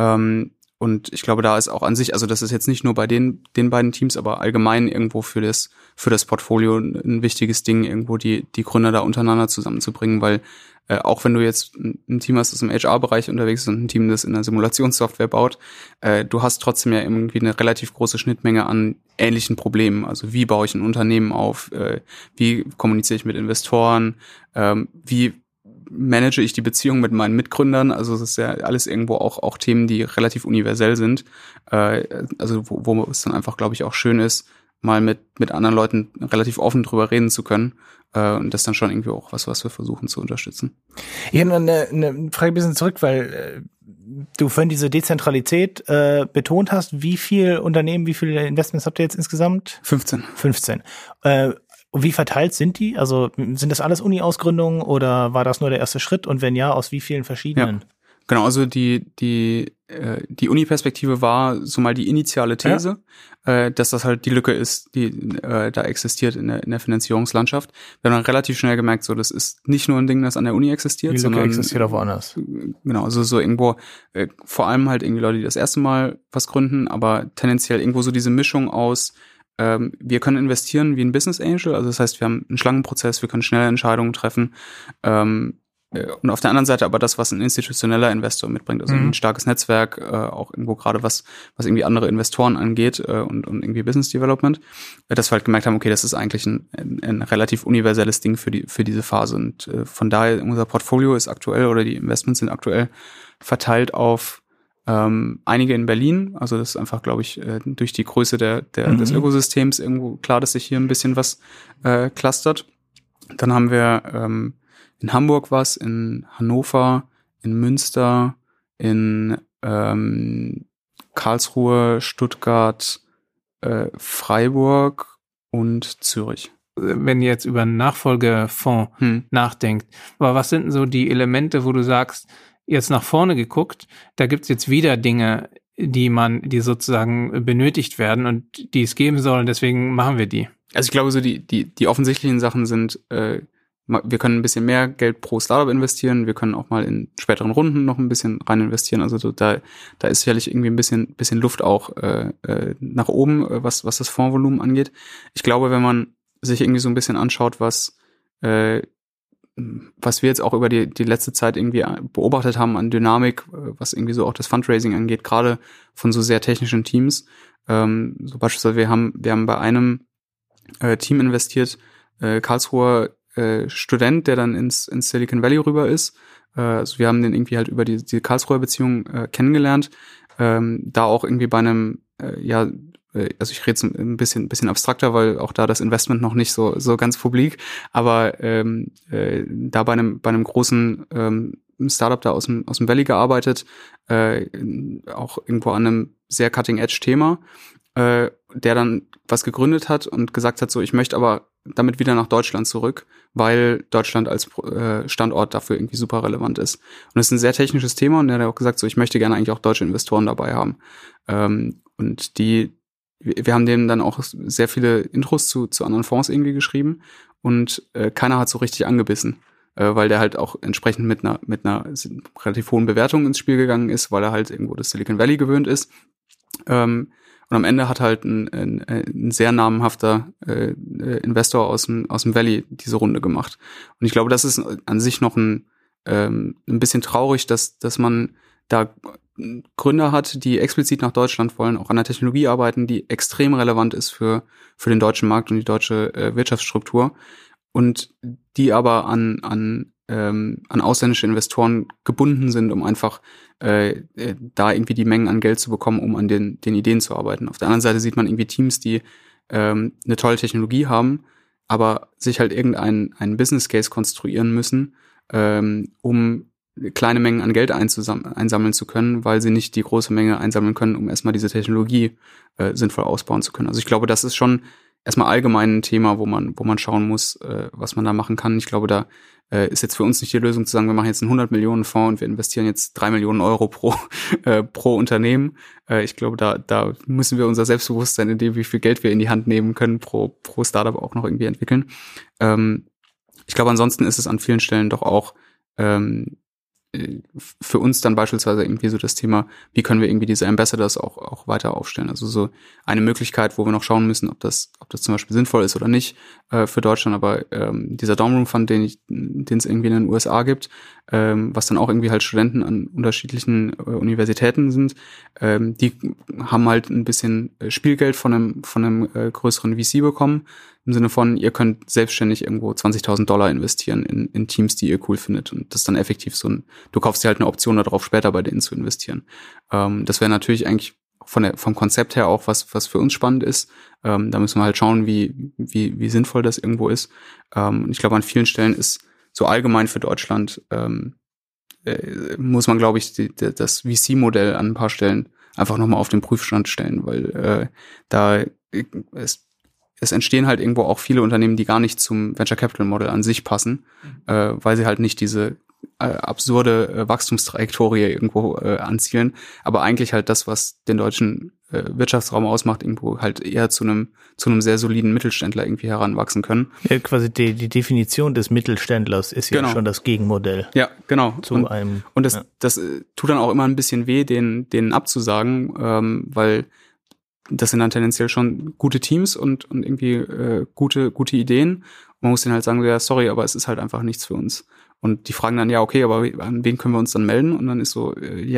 Und ich glaube, da ist auch an sich, also das ist jetzt nicht nur bei den beiden Teams, aber allgemein irgendwo für das Portfolio ein wichtiges Ding, irgendwo die Gründer da untereinander zusammenzubringen, weil auch wenn du jetzt ein Team hast, das im HR-Bereich unterwegs ist und ein Team, das in der Simulationssoftware baut, du hast trotzdem ja irgendwie eine relativ große Schnittmenge an ähnlichen Problemen. Also wie baue ich ein Unternehmen auf, wie kommuniziere ich mit Investoren, wie manage ich die Beziehung mit meinen Mitgründern. Also es ist ja alles irgendwo auch Themen, die relativ universell sind. Also wo es dann einfach, glaube ich, auch schön ist, mal mit anderen Leuten relativ offen drüber reden zu können. Und das ist dann schon irgendwie auch was wir versuchen zu unterstützen. Ich habe noch eine Frage ein bisschen zurück, weil du vorhin diese Dezentralität betont hast. Wie viele Investments habt ihr jetzt insgesamt? 15. Und wie verteilt sind die? Also sind das alles Uni-Ausgründungen oder war das nur der erste Schritt? Und wenn ja, aus wie vielen verschiedenen? Ja. Genau, also die Uni-Perspektive war so mal die initiale These, dass das halt die Lücke ist, die da existiert in der Finanzierungslandschaft. Wir haben dann relativ schnell gemerkt, so das ist nicht nur ein Ding, das an der Uni existiert, Die Lücke sondern existiert auch woanders. Genau, also so irgendwo vor allem halt irgendwie Leute, die das erste Mal was gründen, aber tendenziell irgendwo so diese Mischung aus wir können investieren wie ein Business Angel, also das heißt, wir haben einen Schlangenprozess, wir können schnelle Entscheidungen treffen, und auf der anderen Seite aber das, was ein institutioneller Investor mitbringt, also ein starkes Netzwerk, auch irgendwo gerade was irgendwie andere Investoren angeht und irgendwie Business Development, dass wir halt gemerkt haben, okay, das ist eigentlich ein relativ universelles Ding für diese Phase und von daher unser Portfolio ist aktuell oder die Investments sind aktuell verteilt auf einige in Berlin, also das ist einfach, glaube ich, durch die Größe des Ökosystems irgendwo klar, dass sich hier ein bisschen was clustert. Dann haben wir in Hamburg was, in Hannover, in Münster, in Karlsruhe, Stuttgart, Freiburg und Zürich. Wenn ihr jetzt über einen Nachfolgefonds nachdenkt, aber was sind denn so die Elemente, wo du sagst, jetzt nach vorne geguckt, da gibt's jetzt wieder Dinge, die sozusagen benötigt werden und die es geben soll und deswegen machen wir die? Also ich glaube, so die offensichtlichen Sachen sind, wir können ein bisschen mehr Geld pro Startup investieren, wir können auch mal in späteren Runden noch ein bisschen rein investieren, also so da ist sicherlich irgendwie ein bisschen Luft auch nach oben, was das Fondsvolumen angeht. Ich glaube, wenn man sich irgendwie so ein bisschen anschaut, was wir jetzt auch über die letzte Zeit irgendwie beobachtet haben an Dynamik, was irgendwie so auch das Fundraising angeht, gerade von so sehr technischen Teams. So beispielsweise wir haben bei einem Team investiert, Karlsruher Student, der dann ins Silicon Valley rüber ist. Also wir haben den irgendwie halt über die Karlsruher Beziehung kennengelernt. Da auch irgendwie bei einem, also ich rede jetzt ein bisschen abstrakter, weil auch da das Investment noch nicht so ganz publik, aber da bei einem großen Startup da aus dem Valley gearbeitet, auch irgendwo an einem sehr Cutting-Edge-Thema, der dann was gegründet hat und gesagt hat, so ich möchte aber damit wieder nach Deutschland zurück, weil Deutschland als Standort dafür irgendwie super relevant ist. Und das ist ein sehr technisches Thema und er hat auch gesagt, so ich möchte gerne eigentlich auch deutsche Investoren dabei haben. Und wir haben denen dann auch sehr viele Intros zu anderen Fonds irgendwie geschrieben und keiner hat so richtig angebissen, weil der halt auch entsprechend mit einer relativ hohen Bewertung ins Spiel gegangen ist, weil er halt irgendwo das Silicon Valley gewöhnt ist. Und am Ende hat halt ein sehr namhafter Investor aus dem Valley diese Runde gemacht. Und ich glaube, das ist an sich noch ein bisschen traurig, dass man da Gründer hat, die explizit nach Deutschland wollen, auch an der Technologie arbeiten, die extrem relevant ist für den deutschen Markt und die deutsche Wirtschaftsstruktur und die aber an ausländische Investoren gebunden sind, um einfach da irgendwie die Mengen an Geld zu bekommen, um an den Ideen zu arbeiten. Auf der anderen Seite sieht man irgendwie Teams, die eine tolle Technologie haben, aber sich halt einen Business Case konstruieren müssen, um kleine Mengen an Geld einsammeln zu können, weil sie nicht die große Menge einsammeln können, um erstmal diese Technologie sinnvoll ausbauen zu können. Also ich glaube, das ist schon erstmal allgemein ein Thema, wo man schauen muss, was man da machen kann. Ich glaube, da ist jetzt für uns nicht die Lösung zu sagen, wir machen jetzt einen 100 Millionen Fonds und wir investieren jetzt 3 Millionen Euro pro Unternehmen. Ich glaube, da müssen wir unser Selbstbewusstsein in dem, wie viel Geld wir in die Hand nehmen können, pro Startup auch noch irgendwie entwickeln. Ich glaube, ansonsten ist es an vielen Stellen doch auch für uns dann beispielsweise irgendwie so das Thema, wie können wir irgendwie diese Ambassadors auch weiter aufstellen. Also so eine Möglichkeit, wo wir noch schauen müssen, ob das zum Beispiel sinnvoll ist oder nicht für Deutschland, aber dieser Dormroom Fund, den es irgendwie in den USA gibt, was dann auch irgendwie halt Studenten an unterschiedlichen Universitäten sind, die haben halt ein bisschen Spielgeld von einem größeren VC bekommen, im Sinne von, ihr könnt selbstständig irgendwo $20.000 investieren in Teams, die ihr cool findet. Und das ist dann effektiv du kaufst dir halt eine Option darauf, später bei denen zu investieren. Das wäre natürlich eigentlich vom Konzept her auch was für uns spannend ist. Da müssen wir halt schauen, wie sinnvoll das irgendwo ist. Ich glaube, an vielen Stellen ist so allgemein für Deutschland, muss man, glaube ich, das VC-Modell an ein paar Stellen einfach nochmal auf den Prüfstand stellen, weil da es entstehen halt irgendwo auch viele Unternehmen, die gar nicht zum Venture Capital Model an sich passen, weil sie halt nicht diese absurde Wachstumstrajektorie irgendwo anzielen, aber eigentlich halt das, was den deutschen Wirtschaftsraum ausmacht, irgendwo halt eher zu einem sehr soliden Mittelständler irgendwie heranwachsen können. Ja, quasi die Definition des Mittelständlers ist ja schon das Gegenmodell. Ja, genau. Und das ja. Tut dann auch immer ein bisschen weh, denen abzusagen, weil das sind dann tendenziell schon gute Teams und irgendwie gute Ideen. Man muss denen halt sagen, ja, sorry, aber es ist halt einfach nichts für uns. Und die fragen dann, ja, okay, aber an wen können wir uns dann melden? Und dann ist so,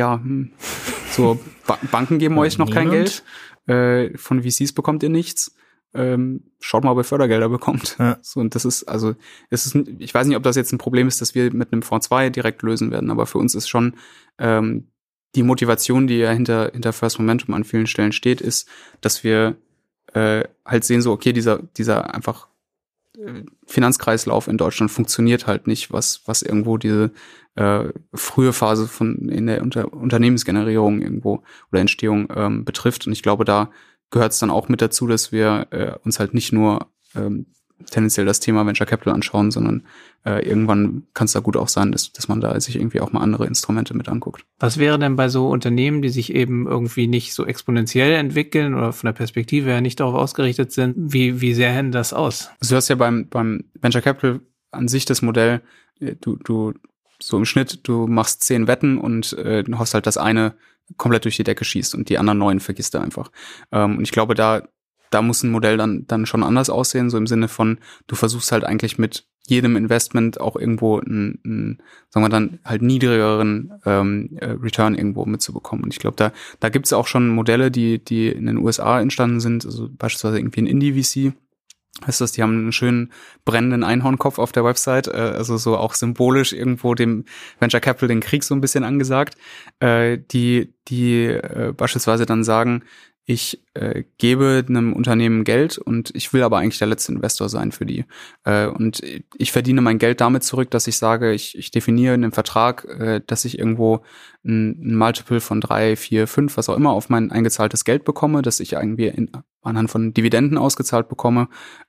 so Banken geben euch noch kein Geld, von VCs bekommt ihr nichts. Schaut mal, ob ihr Fördergelder bekommt. Ja. So, und das ist, also, ich weiß nicht, ob das jetzt ein Problem ist, dass wir mit einem Fonds 2 direkt lösen werden, aber für uns ist schon die Motivation, die ja hinter First Momentum an vielen Stellen steht, ist, dass wir halt sehen, so, okay, dieser einfach Finanzkreislauf in Deutschland funktioniert halt nicht, was irgendwo diese frühe Phase in der Unternehmensgenerierung irgendwo oder Entstehung betrifft. Und ich glaube, da gehört es dann auch mit dazu, dass wir uns halt nicht nur tendenziell das Thema Venture Capital anschauen, sondern irgendwann kann es da gut auch sein, dass man da sich irgendwie auch mal andere Instrumente mit anguckt. Was wäre denn bei so Unternehmen, die sich eben irgendwie nicht so exponentiell entwickeln oder von der Perspektive her nicht darauf ausgerichtet sind, wie sähe denn das aus? Also du hast ja beim Venture Capital an sich das Modell, du so im Schnitt, du machst 10 Wetten und du hoffst halt, dass eine komplett durch die Decke schießt und die anderen 9 vergisst du einfach. Und ich glaube, da muss ein Modell dann schon anders aussehen, so im Sinne von, du versuchst halt eigentlich mit jedem Investment auch irgendwo einen sagen wir dann halt niedrigeren Return irgendwo mitzubekommen. Und ich glaube, da gibt es auch schon Modelle, die in den USA entstanden sind, also beispielsweise irgendwie ein Indie-VC. Heißt das, die haben einen schönen brennenden Einhornkopf auf der Website, also so auch symbolisch irgendwo dem Venture Capital den Krieg so ein bisschen angesagt, die beispielsweise dann sagen, ich gebe einem Unternehmen Geld und ich will aber eigentlich der letzte Investor sein für die. Und ich verdiene mein Geld damit zurück, dass ich sage, ich definiere in dem Vertrag, dass ich irgendwo ein Multiple von 3, 4, 5, was auch immer, auf mein eingezahltes Geld bekomme, dass ich irgendwie anhand von Dividenden ausgezahlt bekomme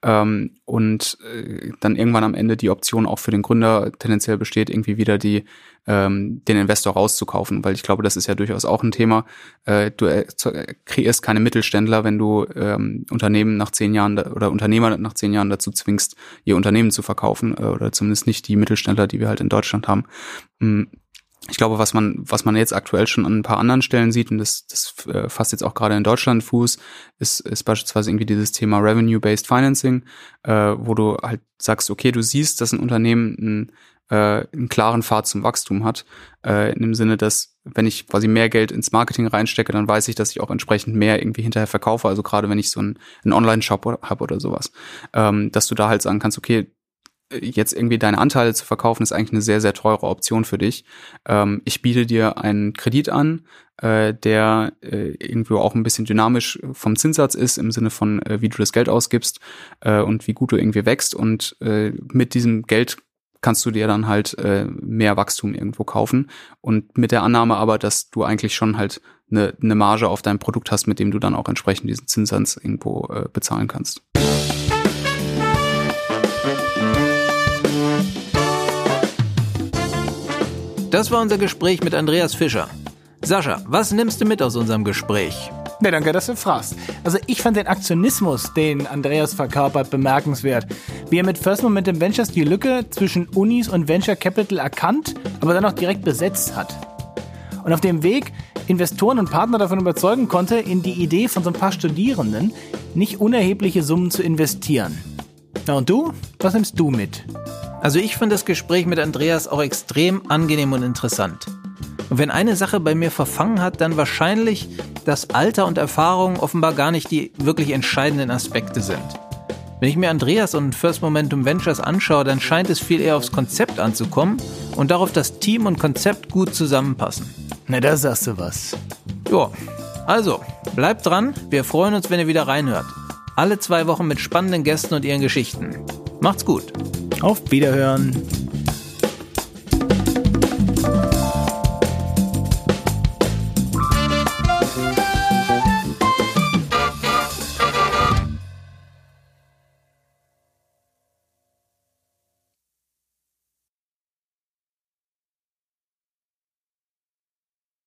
und dann irgendwann am Ende die Option auch für den Gründer tendenziell besteht, irgendwie wieder den Investor rauszukaufen, weil ich glaube, das ist ja durchaus auch ein Thema. Du kreierst keine Mittelständler, wenn du Unternehmen nach 10 Jahren oder Unternehmer nach 10 Jahren dazu zwingst, ihr Unternehmen zu verkaufen oder zumindest nicht die Mittelständler, die wir halt in Deutschland haben. Ich glaube, was man jetzt aktuell schon an ein paar anderen Stellen sieht, und das fasst jetzt auch gerade in Deutschland Fuß, ist beispielsweise irgendwie dieses Thema Revenue-Based Financing, wo du halt sagst, okay, du siehst, dass ein Unternehmen einen klaren Pfad zum Wachstum hat, in dem Sinne, dass wenn ich quasi mehr Geld ins Marketing reinstecke, dann weiß ich, dass ich auch entsprechend mehr irgendwie hinterher verkaufe, also gerade wenn ich so einen Online-Shop habe oder sowas, dass du da halt sagen kannst, okay, jetzt irgendwie deine Anteile zu verkaufen, ist eigentlich eine sehr, sehr teure Option für dich. Ich biete dir einen Kredit an, der irgendwo auch ein bisschen dynamisch vom Zinssatz ist, im Sinne von, wie du das Geld ausgibst und wie gut du irgendwie wächst. Und mit diesem Geld kannst du dir dann halt mehr Wachstum irgendwo kaufen. Und mit der Annahme aber, dass du eigentlich schon halt eine Marge auf dein Produkt hast, mit dem du dann auch entsprechend diesen Zinssatz irgendwo bezahlen kannst. Das war unser Gespräch mit Andreas Fischer. Sascha, was nimmst du mit aus unserem Gespräch? Ja, danke, dass du fragst. Also ich fand den Aktionismus, den Andreas verkörpert, bemerkenswert. Wie er mit First Momentum Ventures die Lücke zwischen Unis und Venture Capital erkannt, aber dann auch direkt besetzt hat. Und auf dem Weg Investoren und Partner davon überzeugen konnte, in die Idee von so ein paar Studierenden nicht unerhebliche Summen zu investieren. Na und du? Was nimmst du mit? Also ich fand das Gespräch mit Andreas auch extrem angenehm und interessant. Und wenn eine Sache bei mir verfangen hat, dann wahrscheinlich, dass Alter und Erfahrung offenbar gar nicht die wirklich entscheidenden Aspekte sind. Wenn ich mir Andreas und First Momentum Ventures anschaue, dann scheint es viel eher aufs Konzept anzukommen und darauf, dass Team und Konzept gut zusammenpassen. Na, da sagst du was. Jo, also, bleibt dran, wir freuen uns, wenn ihr wieder reinhört. Alle 2 Wochen mit spannenden Gästen und ihren Geschichten. Macht's gut. Auf Wiederhören.